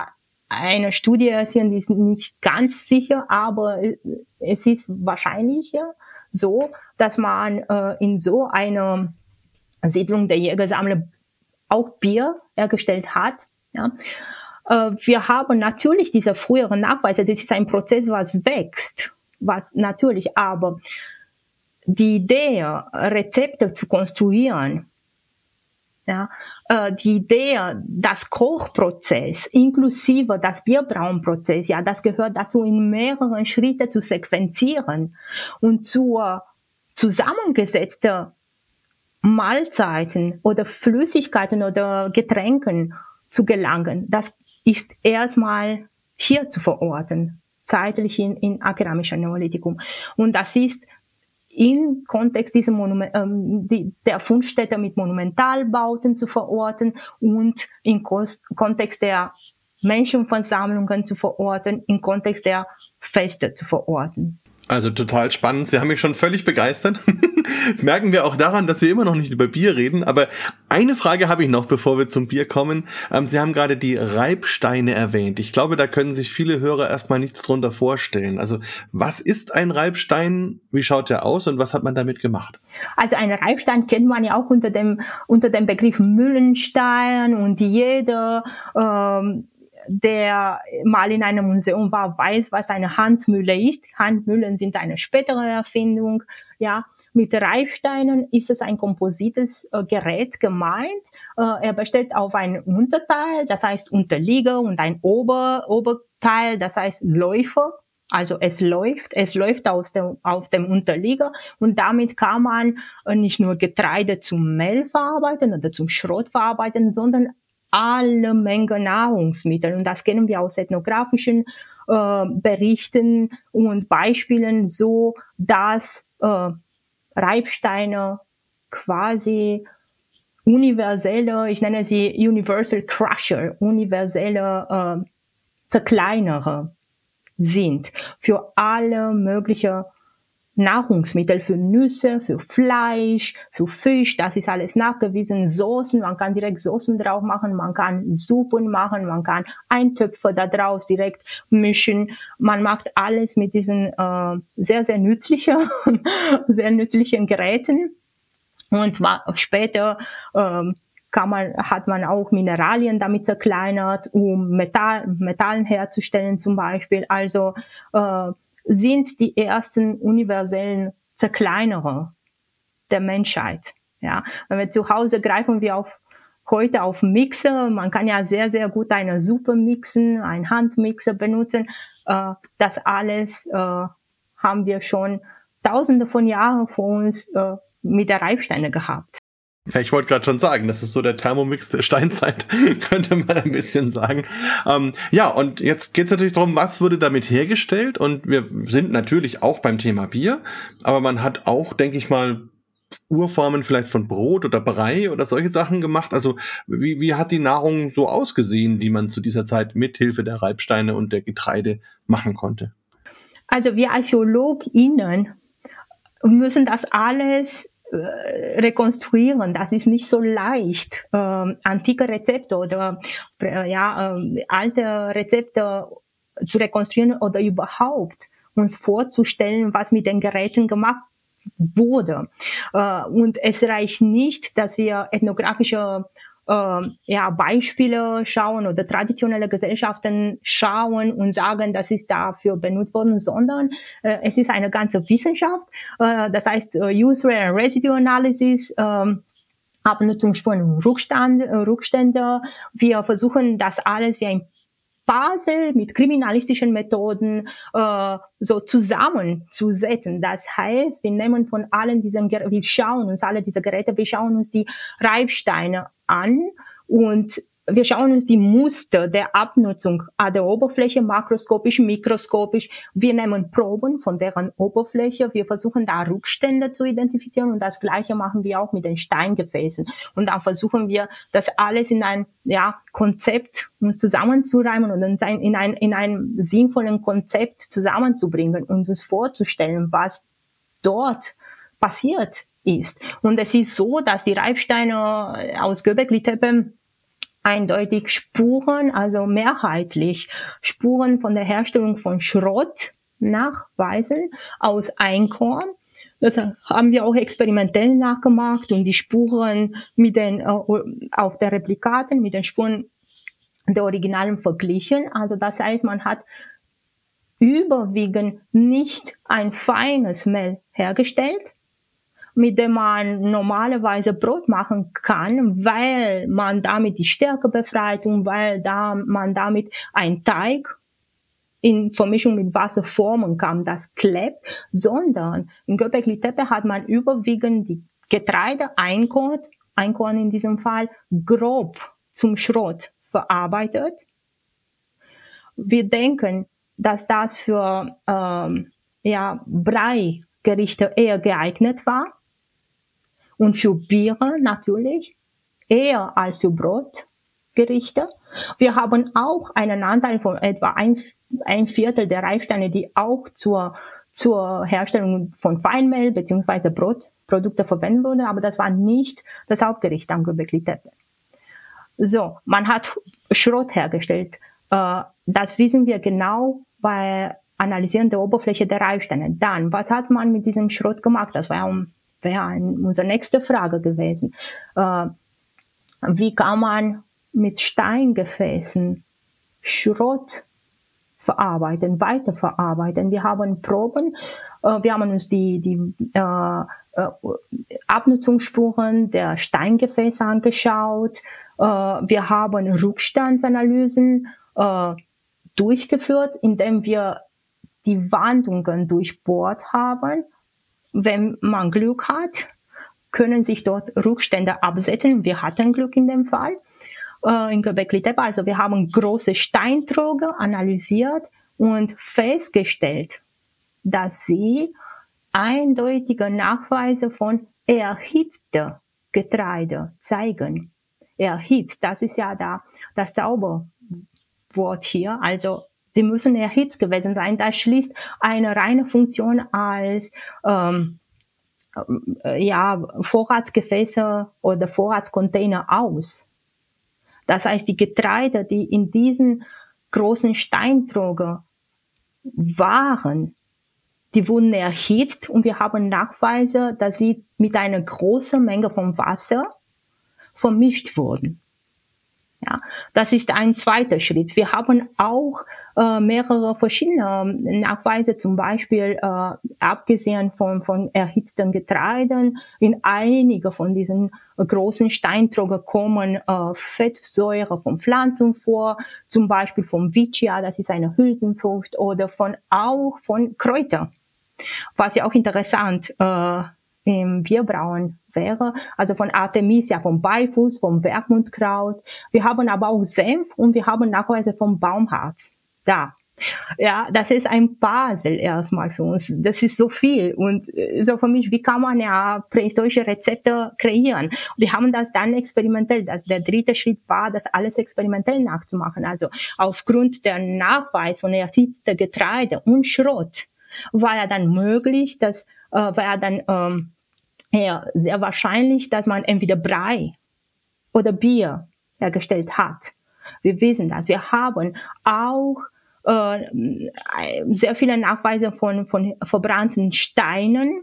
eine Studie erzählen, die ist nicht ganz sicher, aber es ist wahrscheinlicher so, dass man äh, in so einer Siedlung der Jägersammler auch Bier hergestellt hat. Ja. Äh, wir haben natürlich diese früheren Nachweise, das ist ein Prozess, was wächst, was natürlich, aber die Idee, Rezepte zu konstruieren, ja, äh, die Idee, das Kochprozess inklusive das Bierbraunprozess, ja, das gehört dazu, in mehreren Schritten zu sequenzieren und zur zusammengesetzten Mahlzeiten oder Flüssigkeiten oder Getränken zu gelangen. Das ist erstmal hier zu verorten, zeitlich in, in akademischem Neolithikum. Und das ist im Kontext dieser Monument, ähm, die, der Fundstätte mit Monumentalbauten zu verorten und im Kost, Kontext der Menschenversammlungen zu verorten, im Kontext der Feste zu verorten. Also total spannend. Sie haben mich schon völlig begeistert. Merken wir auch daran, dass wir immer noch nicht über Bier reden. Aber eine Frage habe ich noch, bevor wir zum Bier kommen. Ähm, Sie haben gerade die Reibsteine erwähnt. Ich glaube, da können sich viele Hörer erstmal nichts drunter vorstellen. Also was ist ein Reibstein? Wie schaut der aus und was hat man damit gemacht? Also ein Reibstein kennt man ja auch unter dem, unter dem Begriff Müllenstein, und jeder ähm, der mal in einem Museum war, weiß, was eine Handmühle ist. Handmühlen sind eine spätere Erfindung. Ja, mit Reibsteinen ist es ein komposites äh, Gerät gemeint. Äh, er besteht auf einem Unterteil, das heißt Unterlieger, und ein Ober, Oberteil, das heißt Läufer. Also es läuft, es läuft aus dem, auf dem Unterlieger, und damit kann man äh, nicht nur Getreide zum Mehl verarbeiten oder zum Schrot verarbeiten, sondern alle Menge Nahrungsmittel. Und das kennen wir aus ethnografischen äh, Berichten und Beispielen, so dass äh, Reibsteine quasi universelle, ich nenne sie Universal Crusher, universelle äh, Zerkleinerer sind für alle möglichen Nahrungsmittel, für Nüsse, für Fleisch, für Fisch, das ist alles nachgewiesen. Soßen, man kann direkt Soßen drauf machen, man kann Suppen machen, man kann Eintöpfe da drauf direkt mischen. Man macht alles mit diesen äh, sehr, sehr nützlichen, sehr nützlichen Geräten. Und später ähm, kann man, hat man auch Mineralien damit zerkleinert, um Metall, Metallen herzustellen zum Beispiel. Also äh, sind die ersten universellen Zerkleinerer der Menschheit. Ja, wenn wir zu Hause greifen wir auf, heute auf Mixer. Man kann ja sehr, sehr gut eine Suppe mixen, einen Handmixer benutzen. Äh, das alles äh, haben wir schon tausende von Jahren vor uns äh, mit der Reibsteine gehabt. Ja, ich wollte gerade schon sagen, das ist so der Thermomix der Steinzeit, könnte man ein bisschen sagen. Ähm, ja, und jetzt geht es natürlich darum, was wurde damit hergestellt? Und wir sind natürlich auch beim Thema Bier, aber man hat auch, denke ich mal, Urformen vielleicht von Brot oder Brei oder solche Sachen gemacht. Also wie, wie hat die Nahrung so ausgesehen, die man zu dieser Zeit mit Hilfe der Reibsteine und der Getreide machen konnte? Also wir ArchäologInnen müssen das alles rekonstruieren. Das ist nicht so leicht. Ähm, antike Rezepte oder äh, ja, äh, alte Rezepte zu rekonstruieren oder überhaupt uns vorzustellen, was mit den Geräten gemacht wurde. Äh, und es reicht nicht, dass wir ethnografische äh, ja, Beispiele schauen oder traditionelle Gesellschaften schauen und sagen, das ist dafür benutzt worden, sondern äh, es ist eine ganze Wissenschaft, äh, das heißt äh, Use Rate and Residue Analysis, äh, Abnutzungsspuren und Rückstand, äh, Rückstände. Wir versuchen das alles wie ein Puzzle mit kriminalistischen Methoden äh, so zusammenzusetzen. Das heißt, wir nehmen von allen diesen, wir schauen uns alle diese Geräte, wir schauen uns die Reibsteine an und wir schauen uns die Muster der Abnutzung an der Oberfläche, makroskopisch, mikroskopisch. Wir nehmen Proben von deren Oberfläche. Wir versuchen da Rückstände zu identifizieren, und das Gleiche machen wir auch mit den Steingefäßen. Und dann versuchen wir, das alles in ein ja, Konzept uns zusammenzureimen und in ein, in, ein, in einem sinnvollen Konzept zusammenzubringen und uns vorzustellen, was dort passiert ist. Und es ist so, dass die Reibsteine aus Göbekli Tepe eindeutig Spuren, also mehrheitlich Spuren von der Herstellung von Schrott nachweisen aus Einkorn. Das haben wir auch experimentell nachgemacht und die Spuren mit den, auf der Replikaten mit den Spuren der Originalen verglichen. Also das heißt, man hat überwiegend nicht ein feines Mehl hergestellt, mit dem man normalerweise Brot machen kann, weil man damit die Stärke befreit und weil da man damit einen Teig in Vermischung mit Wasser formen kann, das klebt, sondern in Göbekli Tepe hat man überwiegend die Getreide, Einkorn, Einkorn in diesem Fall, grob zum Schrott verarbeitet. Wir denken, dass das für ähm, ja, Breigerichte eher geeignet war und für Biere natürlich eher als für Brotgerichte. Wir haben auch einen Anteil von etwa ein, ein Viertel der Reifsteine, die auch zur, zur Herstellung von Feinmehl bzw. Brotprodukte verwenden wurden, aber das war nicht das Hauptgericht am Göbekli Tepe. So, man hat Schrott hergestellt. Äh, das wissen wir genau bei Analysieren der Oberfläche der Reifsteine. Dann, was hat man mit diesem Schrott gemacht? Das wäre um, wär unsere nächste Frage gewesen. Äh, wie kann man mit Steingefäßen Schrott verarbeiten, weiterverarbeiten? Wir haben Proben, äh, wir haben uns die, die äh, äh, Abnutzungsspuren der Steingefäße angeschaut. Äh, wir haben Rückstandsanalysen äh, durchgeführt, indem wir die Wandungen durchbohrt haben. Wenn man Glück hat, können sich dort Rückstände absetzen. Wir hatten Glück in dem Fall äh, in Göbekli Tepe. Also wir haben große Steintrogge analysiert und festgestellt, dass sie eindeutige Nachweise von erhitzter Getreide zeigen. Erhitzt, das ist ja da das Zauberwort hier. Also sie müssen erhitzt gewesen sein. Das schließt eine reine Funktion als ähm, ja, Vorratsgefäße oder Vorratscontainer aus. Das heißt, die Getreide, die in diesen großen Steintrogge waren, die wurden erhitzt und wir haben Nachweise, dass sie mit einer großen Menge von Wasser vermischt wurden. Ja, das ist ein zweiter Schritt. Wir haben auch äh, mehrere verschiedene Nachweise, zum Beispiel äh, abgesehen von, von erhitzten Getreiden. In einige von diesen äh, großen Steintrogge kommen äh, Fettsäure von Pflanzen vor, zum Beispiel vom Vicia, das ist eine Hülsenfrucht, oder von auch von Kräutern. Was ja auch interessant äh, im Bierbrauen wäre, also von Artemisia, vom Beifuß, vom Wermutkraut. Wir haben aber auch Senf und wir haben Nachweise vom Baumharz. Da. Ja, das ist ein Puzzle erstmal für uns. Das ist so viel. Und so für mich, wie kann man ja prähistorische Rezepte kreieren? Und wir haben das dann experimentell. Das, der dritte Schritt war, das alles experimentell nachzumachen. Also aufgrund der Nachweis von erhitzter Getreide und Schrott war ja dann möglich, dass, äh, war ja dann, ähm, ja, sehr wahrscheinlich, dass man entweder Brei oder Bier hergestellt hat. Wir wissen das. Wir haben auch äh, sehr viele Nachweise von, von verbrannten Steinen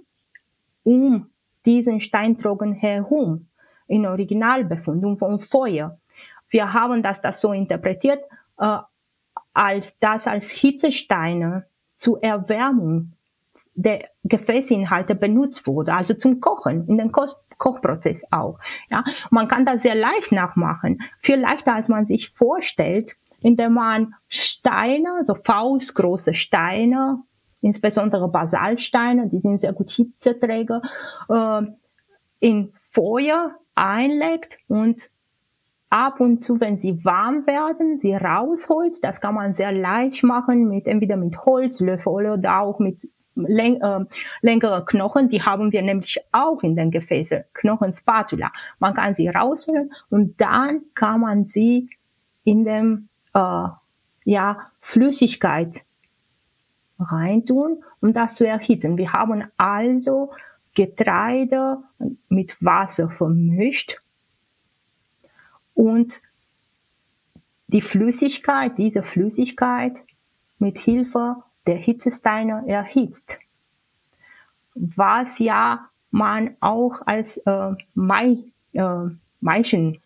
um diesen Steintroggen herum in Originalbefund von Feuer. Wir haben das, das so interpretiert, äh, als das als Hitzesteine zur Erwärmung der Gefäßinhalte benutzt wurde, also zum Kochen, in den Ko- Kochprozess auch. Ja, man kann das sehr leicht nachmachen, viel leichter als man sich vorstellt, indem man Steine, so faustgroße Steine, insbesondere Basaltsteine, die sind sehr gut Hitzeträger, äh, in Feuer einlegt und ab und zu, wenn sie warm werden, sie rausholt. Das kann man sehr leicht machen, mit entweder mit Holzlöffel oder auch mit läng, äh, längere Knochen. Die haben wir nämlich auch in den Gefäßen, Knochenspatula. Man kann sie rausholen und dann kann man sie in dem äh, ja Flüssigkeit reintun, um das zu erhitzen. Wir haben also Getreide mit Wasser vermischt und die Flüssigkeit, diese Flüssigkeit mit Hilfe der Hitzesteine erhitzt. Was ja man auch als äh, Mai, äh, Maischen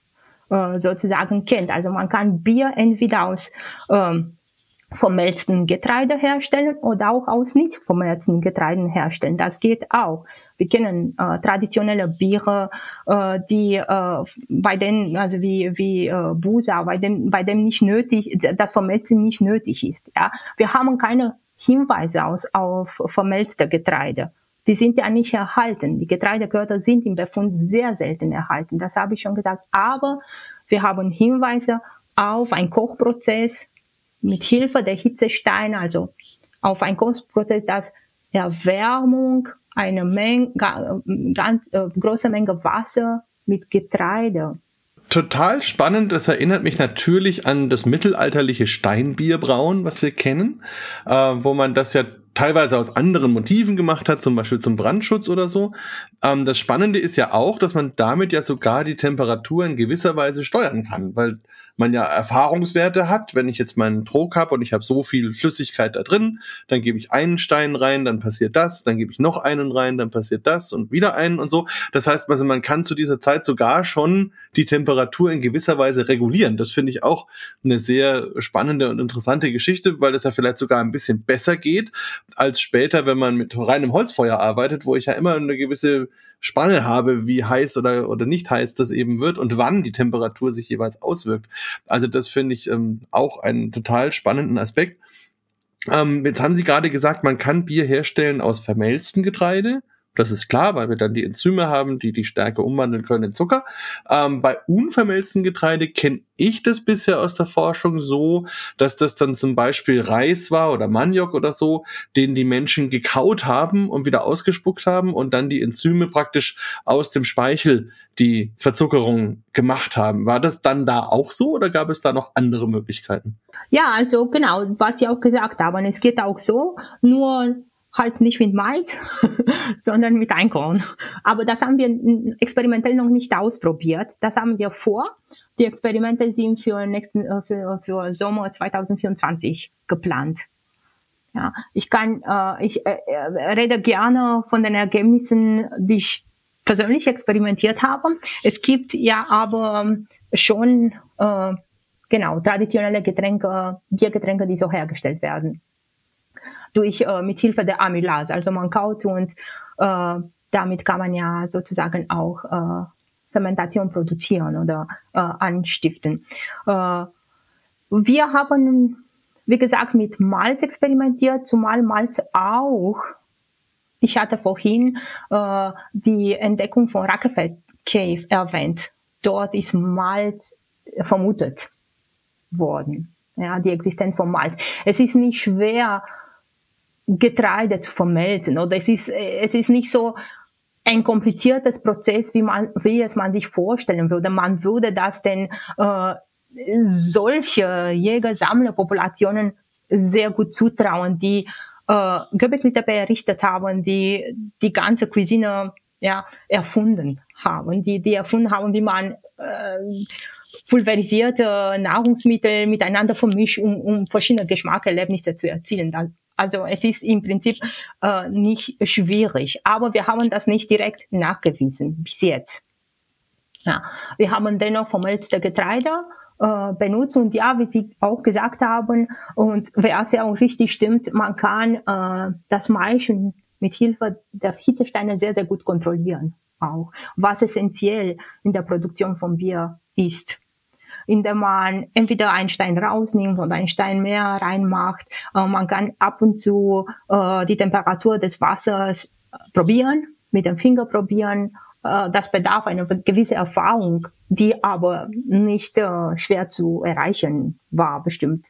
äh, sozusagen kennt. Also man kann Bier entweder aus ähm, vermelzten Getreide herstellen oder auch aus nicht vermelzten Getreiden herstellen. Das geht auch. Wir kennen äh, traditionelle Biere, äh, die äh, bei denen, also wie wie äh, Busa, bei dem bei dem nicht nötig, das Vermelzen nicht nötig ist. Ja, wir haben keine Hinweise aus auf vermelzte Getreide. Die sind ja nicht erhalten. Die Getreidekörner sind im Befund sehr selten erhalten. Das habe ich schon gesagt. Aber wir haben Hinweise auf einen Kochprozess mit Hilfe der Hitzesteine, also auf einen Kochprozess, das Erwärmung einer Menge, ganz äh, große Menge Wasser mit Getreide. Total spannend. Das erinnert mich natürlich an das mittelalterliche Steinbierbrauen, was wir kennen, äh, wo man das ja teilweise aus anderen Motiven gemacht hat, zum Beispiel zum Brandschutz oder so. Ähm, das Spannende ist ja auch, dass man damit ja sogar die Temperatur in gewisser Weise steuern kann, weil man ja Erfahrungswerte hat. Wenn ich jetzt meinen Trog habe und ich habe so viel Flüssigkeit da drin, dann gebe ich einen Stein rein, dann passiert das, dann gebe ich noch einen rein, dann passiert das und wieder einen und so. Das heißt, also man kann zu dieser Zeit sogar schon die Temperatur in gewisser Weise regulieren. Das finde ich auch eine sehr spannende und interessante Geschichte, weil das ja vielleicht sogar ein bisschen besser geht, als später, wenn man mit reinem Holzfeuer arbeitet, wo ich ja immer eine gewisse Spanne habe, wie heiß oder, oder nicht heiß das eben wird und wann die Temperatur sich jeweils auswirkt. Also das finde ich ähm, auch einen total spannenden Aspekt. Ähm, jetzt haben Sie gerade gesagt, man kann Bier herstellen aus vermelztem Getreide. Das ist klar, weil wir dann die Enzyme haben, die die Stärke umwandeln können in Zucker. Ähm, bei unvermelztem Getreide kenne ich das bisher aus der Forschung so, dass das dann zum Beispiel Reis war oder Maniok oder so, den die Menschen gekaut haben und wieder ausgespuckt haben und dann die Enzyme praktisch aus dem Speichel die Verzuckerung gemacht haben. War das dann da auch so oder gab es da noch andere Möglichkeiten? Ja, also genau, was Sie auch gesagt haben, es geht auch so, nur halt nicht mit Mais, sondern mit Einkorn. Aber das haben wir experimentell noch nicht ausprobiert. Das haben wir vor. Die Experimente sind für nächsten, für, für Sommer zwanzig vierundzwanzig geplant. Ja, ich kann, äh, ich äh, rede gerne von den Ergebnissen, die ich persönlich experimentiert habe. Es gibt ja aber schon, äh, genau, traditionelle Getränke, Biergetränke, die so hergestellt werden. Durch, äh, mit Hilfe der Amylase. Also man kaut und äh, damit kann man ja sozusagen auch äh, Fermentation produzieren oder äh, anstiften. Äh, wir haben, wie gesagt, mit Malz experimentiert, zumal Malz auch, ich hatte vorhin äh, die Entdeckung von Rockefeller Cave erwähnt. Dort ist Malz vermutet worden, ja, die Existenz von Malz. Es ist nicht schwer, Getreide zu vermelzen, oder es ist, es ist nicht so ein kompliziertes Prozess, wie man, wie es man sich vorstellen würde. Man würde das denn, äh, solche Jäger-Sammler-Populationen sehr gut zutrauen, die, äh, Göbekli Tepe errichtet haben, die, die ganze Cuisine, ja, erfunden haben, die, die erfunden haben, wie man, äh, pulverisierte Nahrungsmittel miteinander vermischt, um, um verschiedene Geschmackerlebnisse zu erzielen. Also es ist im Prinzip äh, nicht schwierig, aber wir haben das nicht direkt nachgewiesen bis jetzt. Ja, wir haben dennoch vermelzte Getreide äh, benutzt und ja, wie Sie auch gesagt haben und was ja auch richtig stimmt, man kann äh, das Maischen mit Hilfe der Hitzesteine sehr, sehr gut kontrollieren auch, was essentiell in der Produktion von Bier ist. Indem man entweder einen Stein rausnimmt oder einen Stein mehr reinmacht. Äh, man kann ab und zu äh, die Temperatur des Wassers probieren, mit dem Finger probieren. Äh, das bedarf einer gewissen Erfahrung, die aber nicht äh, schwer zu erreichen war, bestimmt.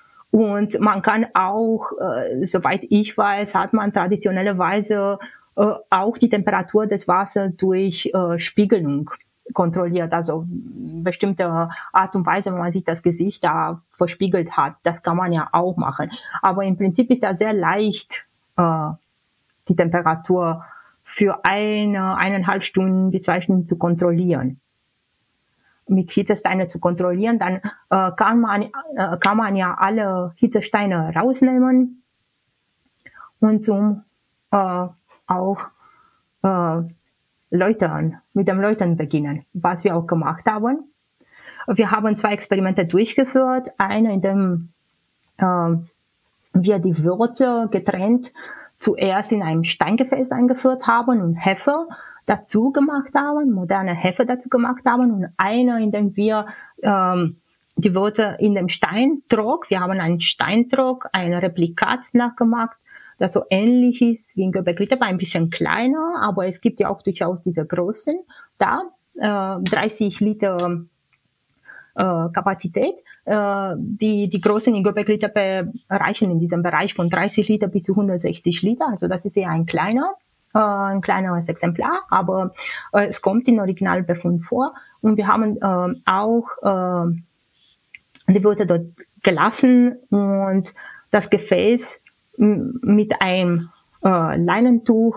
Und man kann auch, äh, soweit ich weiß, hat man traditionellerweise äh, auch die Temperatur des Wassers durch äh, Spiegelung kontrolliert, also bestimmte Art und Weise, wenn man sich das Gesicht da verspiegelt hat, das kann man ja auch machen. Aber im Prinzip ist das sehr leicht, äh, die Temperatur für eine, eineinhalb Stunden bis zwei Stunden zu kontrollieren. mit Hitzesteinen zu kontrollieren, dann äh, kann man äh, kann man ja alle Hitzesteine rausnehmen und zum äh, auch äh, läutern, mit dem Läutern beginnen, was wir auch gemacht haben. Wir haben zwei Experimente durchgeführt, eine in dem äh, wir die Würze getrennt zuerst in einem Steingefäß eingeführt haben und Hefe dazu gemacht haben, moderne Hefe dazu gemacht haben, und eine, in dem wir ähm, die Würze in dem Steintrog, wir haben einen Steintrog, ein Replikat nachgemacht, das so ähnlich ist wie ein Göbekli Tepe, ein bisschen kleiner, aber es gibt ja auch durchaus diese Größen da, äh, dreißig Liter äh, Kapazität. Äh, die, die Größen in Göbekli Tepe reichen in diesem Bereich von dreißig Liter bis zu hundertsechzig Liter, also das ist eher ein kleiner, äh, ein kleineres Exemplar, aber äh, es kommt in Originalbefund vor, und wir haben äh, auch äh, die Würze dort gelassen und das Gefäß m- mit einem äh, Leinentuch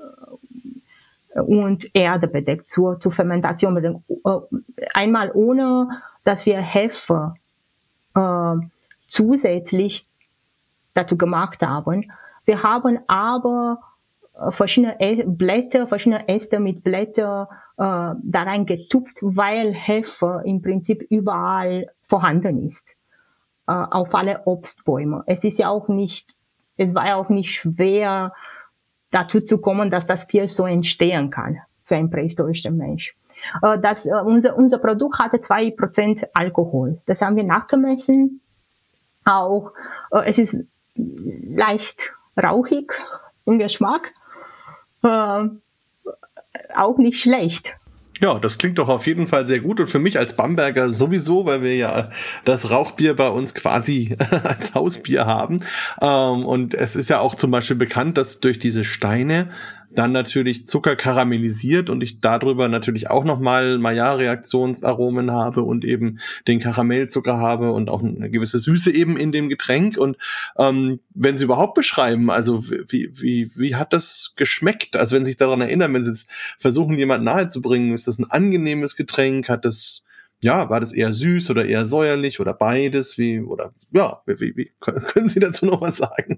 und Erde bedeckt zur, zur Fermentation bedeckt. Einmal ohne, dass wir Hefe äh, zusätzlich dazu gemacht haben. Wir haben aber verschiedene Ä- Blätter, verschiedene Äste mit Blättern äh, da rein getupft, weil Hefe im Prinzip überall vorhanden ist, äh, auf alle Obstbäume. Es ist ja auch nicht, es war ja auch nicht schwer, dazu zu kommen, dass das Bier so entstehen kann für einen prähistorischen Mensch. Äh, das, äh, unser, unser Produkt hatte zwei Prozent Alkohol. Das haben wir nachgemessen. Auch, äh, es ist leicht rauchig im Geschmack. Äh, auch nicht schlecht. Ja, das klingt doch auf jeden Fall sehr gut, und für mich als Bamberger sowieso, weil wir ja das Rauchbier bei uns quasi als Hausbier haben. Ähm, und es ist ja auch zum Beispiel bekannt, dass durch diese Steine dann natürlich Zucker karamellisiert und ich darüber natürlich auch nochmal Maillard-Reaktionsaromen habe und eben den Karamellzucker habe und auch eine gewisse Süße eben in dem Getränk. Und ähm, wenn Sie überhaupt beschreiben, also wie, wie, wie hat das geschmeckt? Also wenn Sie sich daran erinnern, wenn Sie jetzt versuchen, jemanden nahezubringen, ist das ein angenehmes Getränk? Hat das, ja, war das eher süß oder eher säuerlich oder beides? Wie, oder, ja, wie, wie, können Sie dazu noch was sagen?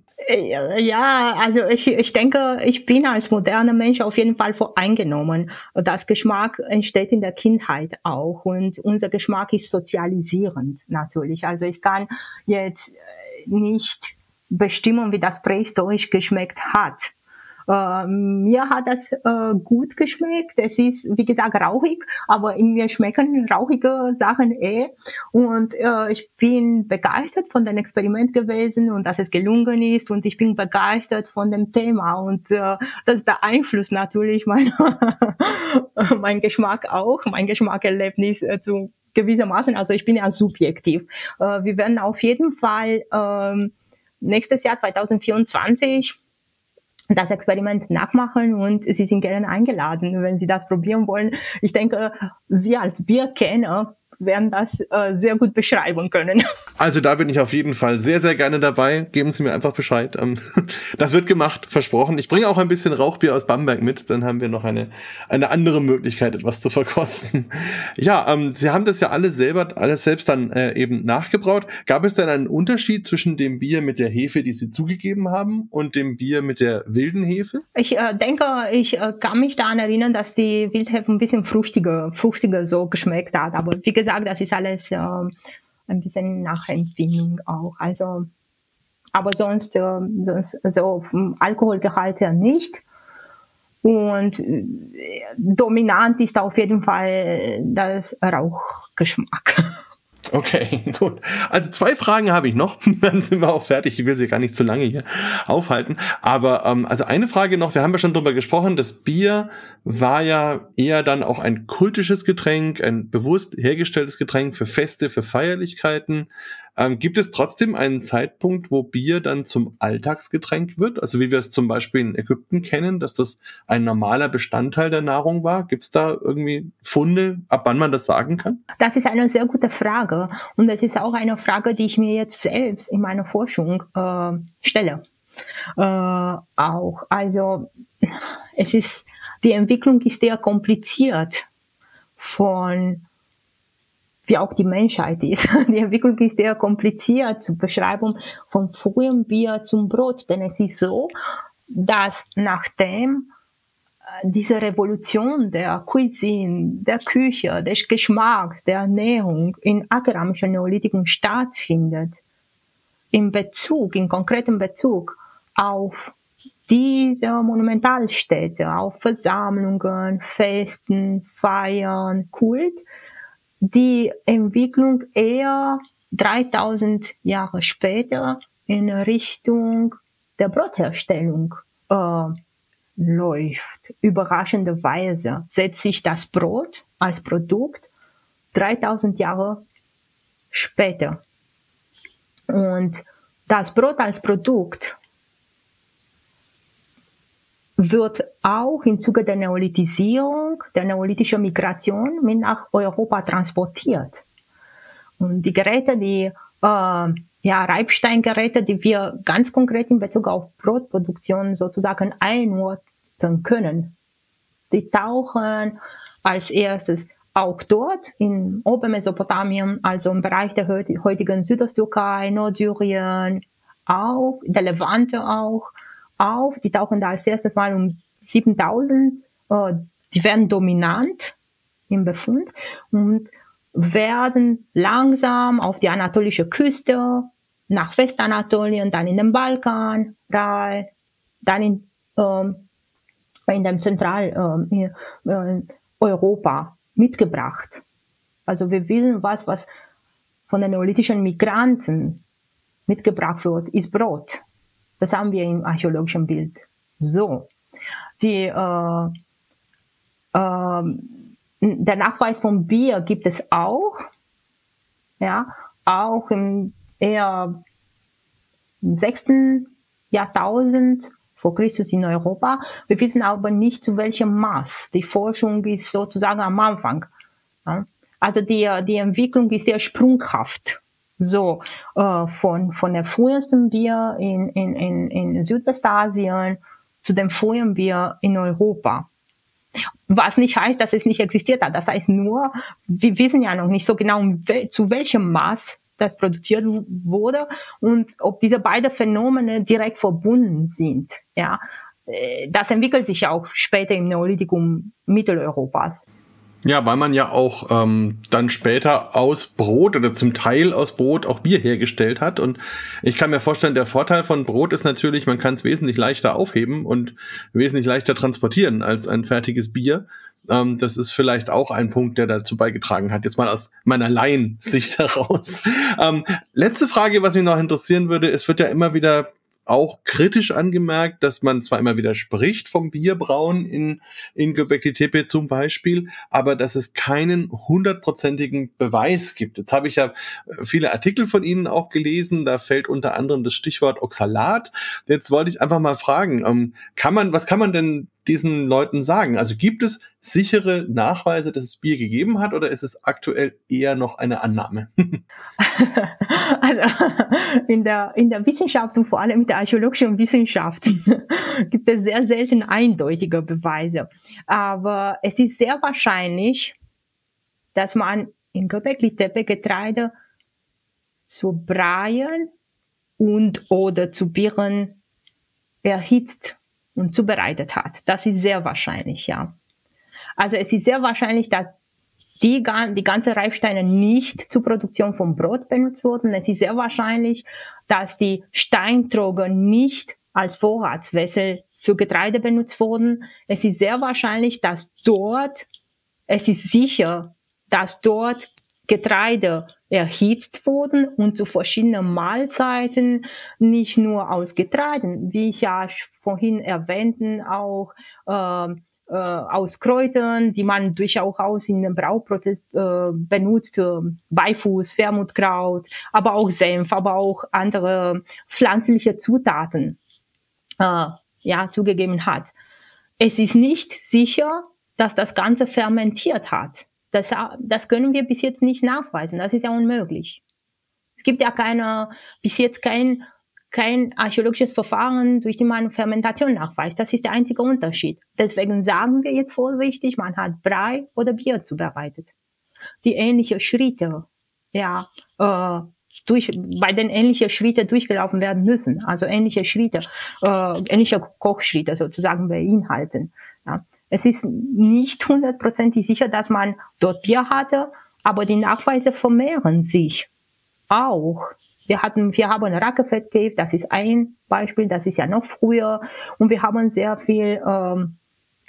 Ja, also ich, ich denke, ich bin als moderner Mensch auf jeden Fall voreingenommen. Das Geschmack entsteht in der Kindheit auch, und unser Geschmack ist sozialisierend natürlich. Also ich kann jetzt nicht bestimmen, wie das prähistorisch geschmeckt hat. Äh, mir hat das äh, gut geschmeckt. Es ist, wie gesagt, rauchig, aber in mir schmecken rauchige Sachen eh. Und äh, ich bin begeistert von dem Experiment gewesen und dass es gelungen ist. Und ich bin begeistert von dem Thema. Und äh, das beeinflusst natürlich mein, mein Geschmack auch, mein Geschmackerlebnis äh, zu gewissermaßen. Also ich bin ja subjektiv. Äh, wir werden auf jeden Fall äh, nächstes Jahr zwanzig vierundzwanzig das Experiment nachmachen, und Sie sind gerne eingeladen, wenn Sie das probieren wollen. Ich denke, Sie als Bierkenner werden das äh, sehr gut beschreiben können. Also da bin ich auf jeden Fall sehr, sehr gerne dabei. Geben Sie mir einfach Bescheid. Ähm, das wird gemacht, versprochen. Ich bringe auch ein bisschen Rauchbier aus Bamberg mit. Dann haben wir noch eine eine andere Möglichkeit, etwas zu verkosten. Ja, ähm, Sie haben das ja alles selber, alles selbst dann äh, eben nachgebraut. Gab es denn einen Unterschied zwischen dem Bier mit der Hefe, die Sie zugegeben haben, und dem Bier mit der wilden Hefe? Ich äh, denke, ich äh, kann mich daran erinnern, dass die Wildhefe ein bisschen fruchtiger, fruchtiger so geschmeckt hat. Aber wie gesagt, das ist alles äh, ein bisschen Nachempfindung auch. Also, aber sonst, äh, sonst so vom Alkoholgehalt her nicht. Und äh, dominant ist auf jeden Fall das Rauchgeschmack. Okay, gut. Also zwei Fragen habe ich noch, dann sind wir auch fertig. Ich will Sie gar nicht zu lange hier aufhalten. Aber ähm, also eine Frage noch, wir haben ja schon drüber gesprochen, das Bier war ja eher dann auch ein kultisches Getränk, ein bewusst hergestelltes Getränk für Feste, für Feierlichkeiten. Ähm, gibt es trotzdem einen Zeitpunkt, wo Bier dann zum Alltagsgetränk wird? Also wie wir es zum Beispiel in Ägypten kennen, dass das ein normaler Bestandteil der Nahrung war? Gibt es da irgendwie Funde, ab wann man das sagen kann? Das ist eine sehr gute Frage. Und das ist auch eine Frage, die ich mir jetzt selbst in meiner Forschung äh, stelle. Äh, auch. Also es ist, die Entwicklung ist sehr kompliziert von wie auch die Menschheit ist. Die Entwicklung ist sehr kompliziert zur Beschreibung vom frühen Bier zum Brot, denn es ist so, dass nachdem diese Revolution der Cuisine, der Küche, des Geschmacks, der Ernährung in akeramischem Neolithikum stattfindet, in Bezug, in konkretem Bezug auf diese Monumentalstädte, auf Versammlungen, Festen, Feiern, Kult, die Entwicklung eher dreitausend Jahre später in Richtung der Brotherstellung äh, läuft. Überraschenderweise setzt sich das Brot als Produkt dreitausend Jahre später. Und das Brot als Produkt wird auch im Zuge der Neolithisierung, der neolithischen Migration mit nach Europa transportiert. Und die Geräte, die äh, ja, Reibsteingeräte, die wir ganz konkret in Bezug auf Brotproduktion sozusagen einordnen können, die tauchen als erstes auch dort in Obermesopotamien, also im Bereich der heutigen Südosttürkei, Nordsyrien, auf, der Levante auch, auf. Die tauchen da als erstes Mal um siebentausend. Äh, die werden dominant im Befund und werden langsam auf die anatolische Küste, nach Westanatolien, dann in den Balkan, rein, dann in, ähm, in dem Zentral ähm, äh, Europa mitgebracht. Also wir wissen, was, was von den neolithischen Migranten mitgebracht wird, ist Brot. Das haben wir im archäologischen Bild. So. Die, äh, äh, der Nachweis von Bier gibt es auch, ja, auch im eher im sechsten Jahrtausend vor Christus in Europa. Wir wissen aber nicht, zu welchem Maß. Die Forschung ist sozusagen am Anfang. Ja. Also die, die Entwicklung ist sehr sprunghaft. So, äh, von, von der frühesten Bier in, in, in, in Südwestasien zu dem frühen Bier in Europa. Was nicht heißt, dass es nicht existiert hat. Das heißt nur, wir wissen ja noch nicht so genau, zu welchem Maß das produziert wurde und ob diese beiden Phänomene direkt verbunden sind. Ja, das entwickelt sich ja auch später im Neolithikum Mitteleuropas. Ja, weil man ja auch ähm, dann später aus Brot oder zum Teil aus Brot auch Bier hergestellt hat. Und ich kann mir vorstellen, der Vorteil von Brot ist natürlich, man kann es wesentlich leichter aufheben und wesentlich leichter transportieren als ein fertiges Bier. Ähm, das ist vielleicht auch ein Punkt, der dazu beigetragen hat. Jetzt mal aus meiner Laiensicht heraus. ähm, letzte Frage, was mich noch interessieren würde, es wird ja immer wieder auch kritisch angemerkt, dass man zwar immer wieder spricht vom Bierbrauen in, in Göbekli Tepe zum Beispiel, aber dass es keinen hundertprozentigen Beweis gibt. Jetzt habe ich ja viele Artikel von Ihnen auch gelesen, da fällt unter anderem das Stichwort Oxalat. Jetzt wollte ich einfach mal fragen, ähm, kann man, was kann man denn diesen Leuten sagen? Also gibt es sichere Nachweise, dass es Bier gegeben hat, oder ist es aktuell eher noch eine Annahme? Also in der, in der Wissenschaft und vor allem in der archäologischen Wissenschaft gibt es sehr selten eindeutige Beweise. Aber es ist sehr wahrscheinlich, dass man in Göbekli Tepe Getreide zu Breien und oder zu Bieren erhitzt und zubereitet hat. Das ist sehr wahrscheinlich, ja. Also es ist sehr wahrscheinlich, dass die, die ganzen Reifsteine nicht zur Produktion von Brot benutzt wurden. Es ist sehr wahrscheinlich, dass die Steintroger nicht als Vorratswässel für Getreide benutzt wurden. Es ist sehr wahrscheinlich, dass dort, es ist sicher, dass dort Getreide erhitzt wurden und zu verschiedenen Mahlzeiten, nicht nur aus Getreiden, wie ich ja vorhin erwähnten, auch äh, äh, aus Kräutern, die man durchaus in dem Brauprozess äh, benutzt, äh, Beifuß, Wermutkraut, aber auch Senf, aber auch andere pflanzliche Zutaten äh, ja, zugegeben hat. Es ist nicht sicher, dass das Ganze fermentiert hat. Das, das können wir bis jetzt nicht nachweisen. Das ist ja unmöglich. Es gibt ja keine, bis jetzt kein, kein archäologisches Verfahren, durch dem man Fermentation nachweist. Das ist der einzige Unterschied. Deswegen sagen wir jetzt vorsichtig, man hat Brei oder Bier zubereitet. die ähnlichen Schritte, ja, äh, durch, bei den ähnlichen Schritte durchgelaufen werden müssen, also ähnliche Schritte, äh, ähnliche Kochschritte sozusagen beinhalten. Ja. Es ist nicht hundertprozentig sicher, dass man dort Bier hatte, aber die Nachweise vermehren sich auch. Wir hatten, wir haben Racquefeld Cave, das ist ein Beispiel, das ist ja noch früher, und wir haben sehr viel ähm,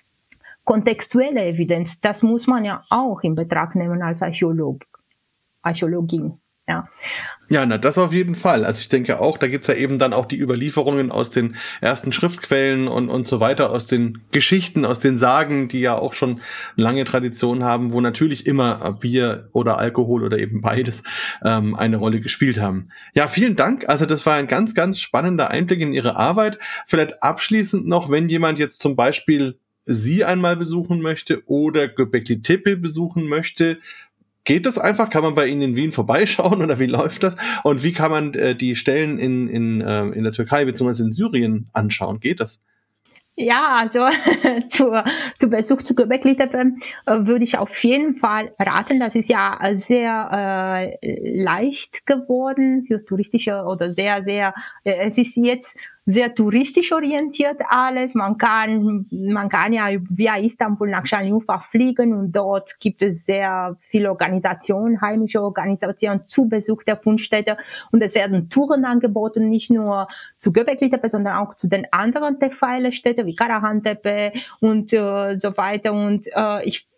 kontextuelle Evidenz. Das muss man ja auch in Betracht nehmen als Archäolog, Archäologin. Ja. Ja, na, das auf jeden Fall. Also ich denke auch, da gibt's ja eben dann auch die Überlieferungen aus den ersten Schriftquellen und und so weiter, aus den Geschichten, aus den Sagen, die ja auch schon lange Tradition haben, wo natürlich immer Bier oder Alkohol oder eben beides ähm, eine Rolle gespielt haben. Ja, vielen Dank. Also das war ein ganz, ganz spannender Einblick in Ihre Arbeit. Vielleicht abschließend noch, wenn jemand jetzt zum Beispiel Sie einmal besuchen möchte oder Göbekli Tepe besuchen möchte, geht das einfach? Kann man bei Ihnen in Wien vorbeischauen oder wie läuft das? Und wie kann man äh, die Stellen in, in, äh, in der Türkei bzw. in Syrien anschauen? Geht das? Ja, also zu, zu Besuch zu Göbekli Tepe äh, würde ich auf jeden Fall raten. Das ist ja sehr äh, leicht geworden für touristische oder sehr, sehr, äh, es ist jetzt sehr touristisch orientiert alles. Man kann, man kann ja via Istanbul nach Şanlıurfa fliegen und dort gibt es sehr viele Organisationen, heimische Organisationen zu Besuch der Fundstätte, und es werden Touren angeboten, nicht nur zu Göbekli Tepe, sondern auch zu den anderen Tepeile-Städten wie Karahan Tepe und äh, so weiter. Und äh, ich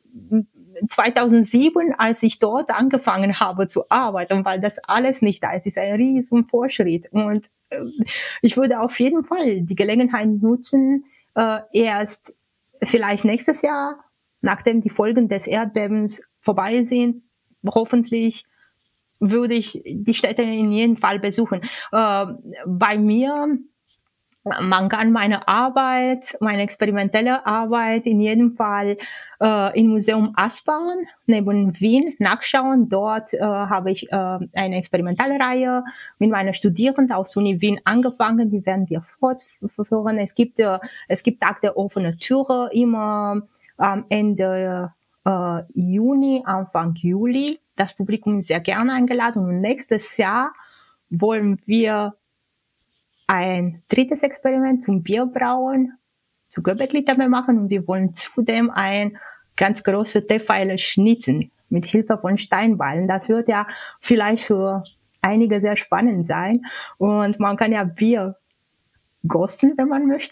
zweitausendsieben, als ich dort angefangen habe zu arbeiten, weil das alles nicht da ist, ist ein riesen Fortschritt. Und äh, ich würde auf jeden Fall die Gelegenheit nutzen, äh, erst vielleicht nächstes Jahr, nachdem die Folgen des Erdbebens vorbei sind, hoffentlich würde ich die Städte in jedem Fall besuchen. Äh, bei mir, man kann meine Arbeit, meine experimentelle Arbeit in jedem Fall äh, im Museum Aspern neben Wien nachschauen. Dort äh, habe ich äh, eine experimentelle Reihe mit meinen Studierenden aus Uni Wien angefangen. Die werden wir fortführen. Es gibt, äh, es gibt Tag der offenen Türe immer am Ende äh, Juni, Anfang Juli. Das Publikum ist sehr gerne eingeladen. Und nächstes Jahr wollen wir ein drittes Experiment zum Bierbrauen zu Göbekli Tepe machen, und wir wollen zudem ein ganz großes Teepfeiler schnitzen mit Hilfe von Steinballen. Das wird ja vielleicht für einige sehr spannend sein, und man kann ja Bier gossen, wenn man möchte.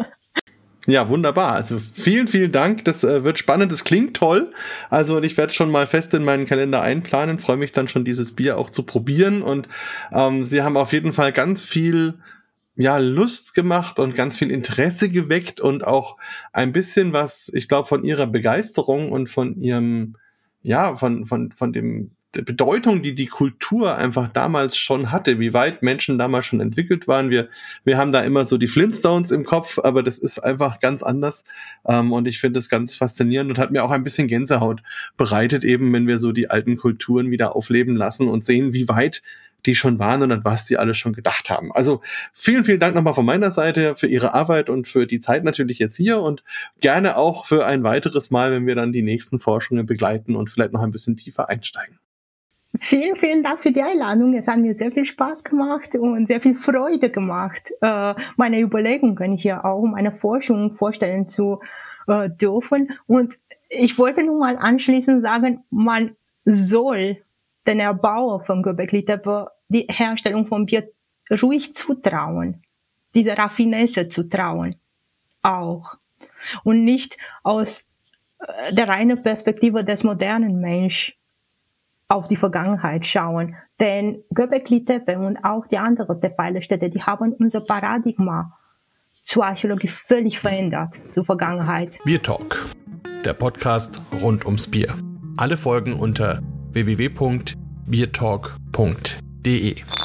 Ja, wunderbar. Also vielen, vielen Dank. Das äh, wird spannend. Das klingt toll. Also ich werde schon mal fest in meinen Kalender einplanen. Freue mich dann schon, dieses Bier auch zu probieren. Und ähm, Sie haben auf jeden Fall ganz viel ja, Lust gemacht und ganz viel Interesse geweckt und auch ein bisschen was, ich glaube, von Ihrer Begeisterung und von Ihrem, ja, von, von, von dem, der Bedeutung, die die Kultur einfach damals schon hatte, wie weit Menschen damals schon entwickelt waren. Wir, wir haben da immer so die Flintstones im Kopf, aber das ist einfach ganz anders. Ähm, und ich finde das ganz faszinierend und hat mir auch ein bisschen Gänsehaut bereitet, eben wenn wir so die alten Kulturen wieder aufleben lassen und sehen, wie weit die schon waren und an was die alle schon gedacht haben. Also vielen, vielen Dank nochmal von meiner Seite für Ihre Arbeit und für die Zeit natürlich jetzt hier und gerne auch für ein weiteres Mal, wenn wir dann die nächsten Forschungen begleiten und vielleicht noch ein bisschen tiefer einsteigen. Vielen, vielen Dank für die Einladung. Es hat mir sehr viel Spaß gemacht und sehr viel Freude gemacht, meine Überlegungen hier auch, meine Forschung vorstellen zu dürfen. Und ich wollte nun mal anschließend sagen, man soll den Erbauer von Göbekli Tepe die Herstellung von Bier ruhig zutrauen, diese Raffinesse zutrauen auch, und nicht aus der reinen Perspektive des modernen Menschen auf die Vergangenheit schauen. Denn Göbekli Tepe und auch die anderen Teepfeilerstädte, die haben unser Paradigma zur Archäologie völlig verändert, zur Vergangenheit. Bier Talk, der Podcast rund ums Bier. Alle Folgen unter w w w punkt biertalk punkt d e.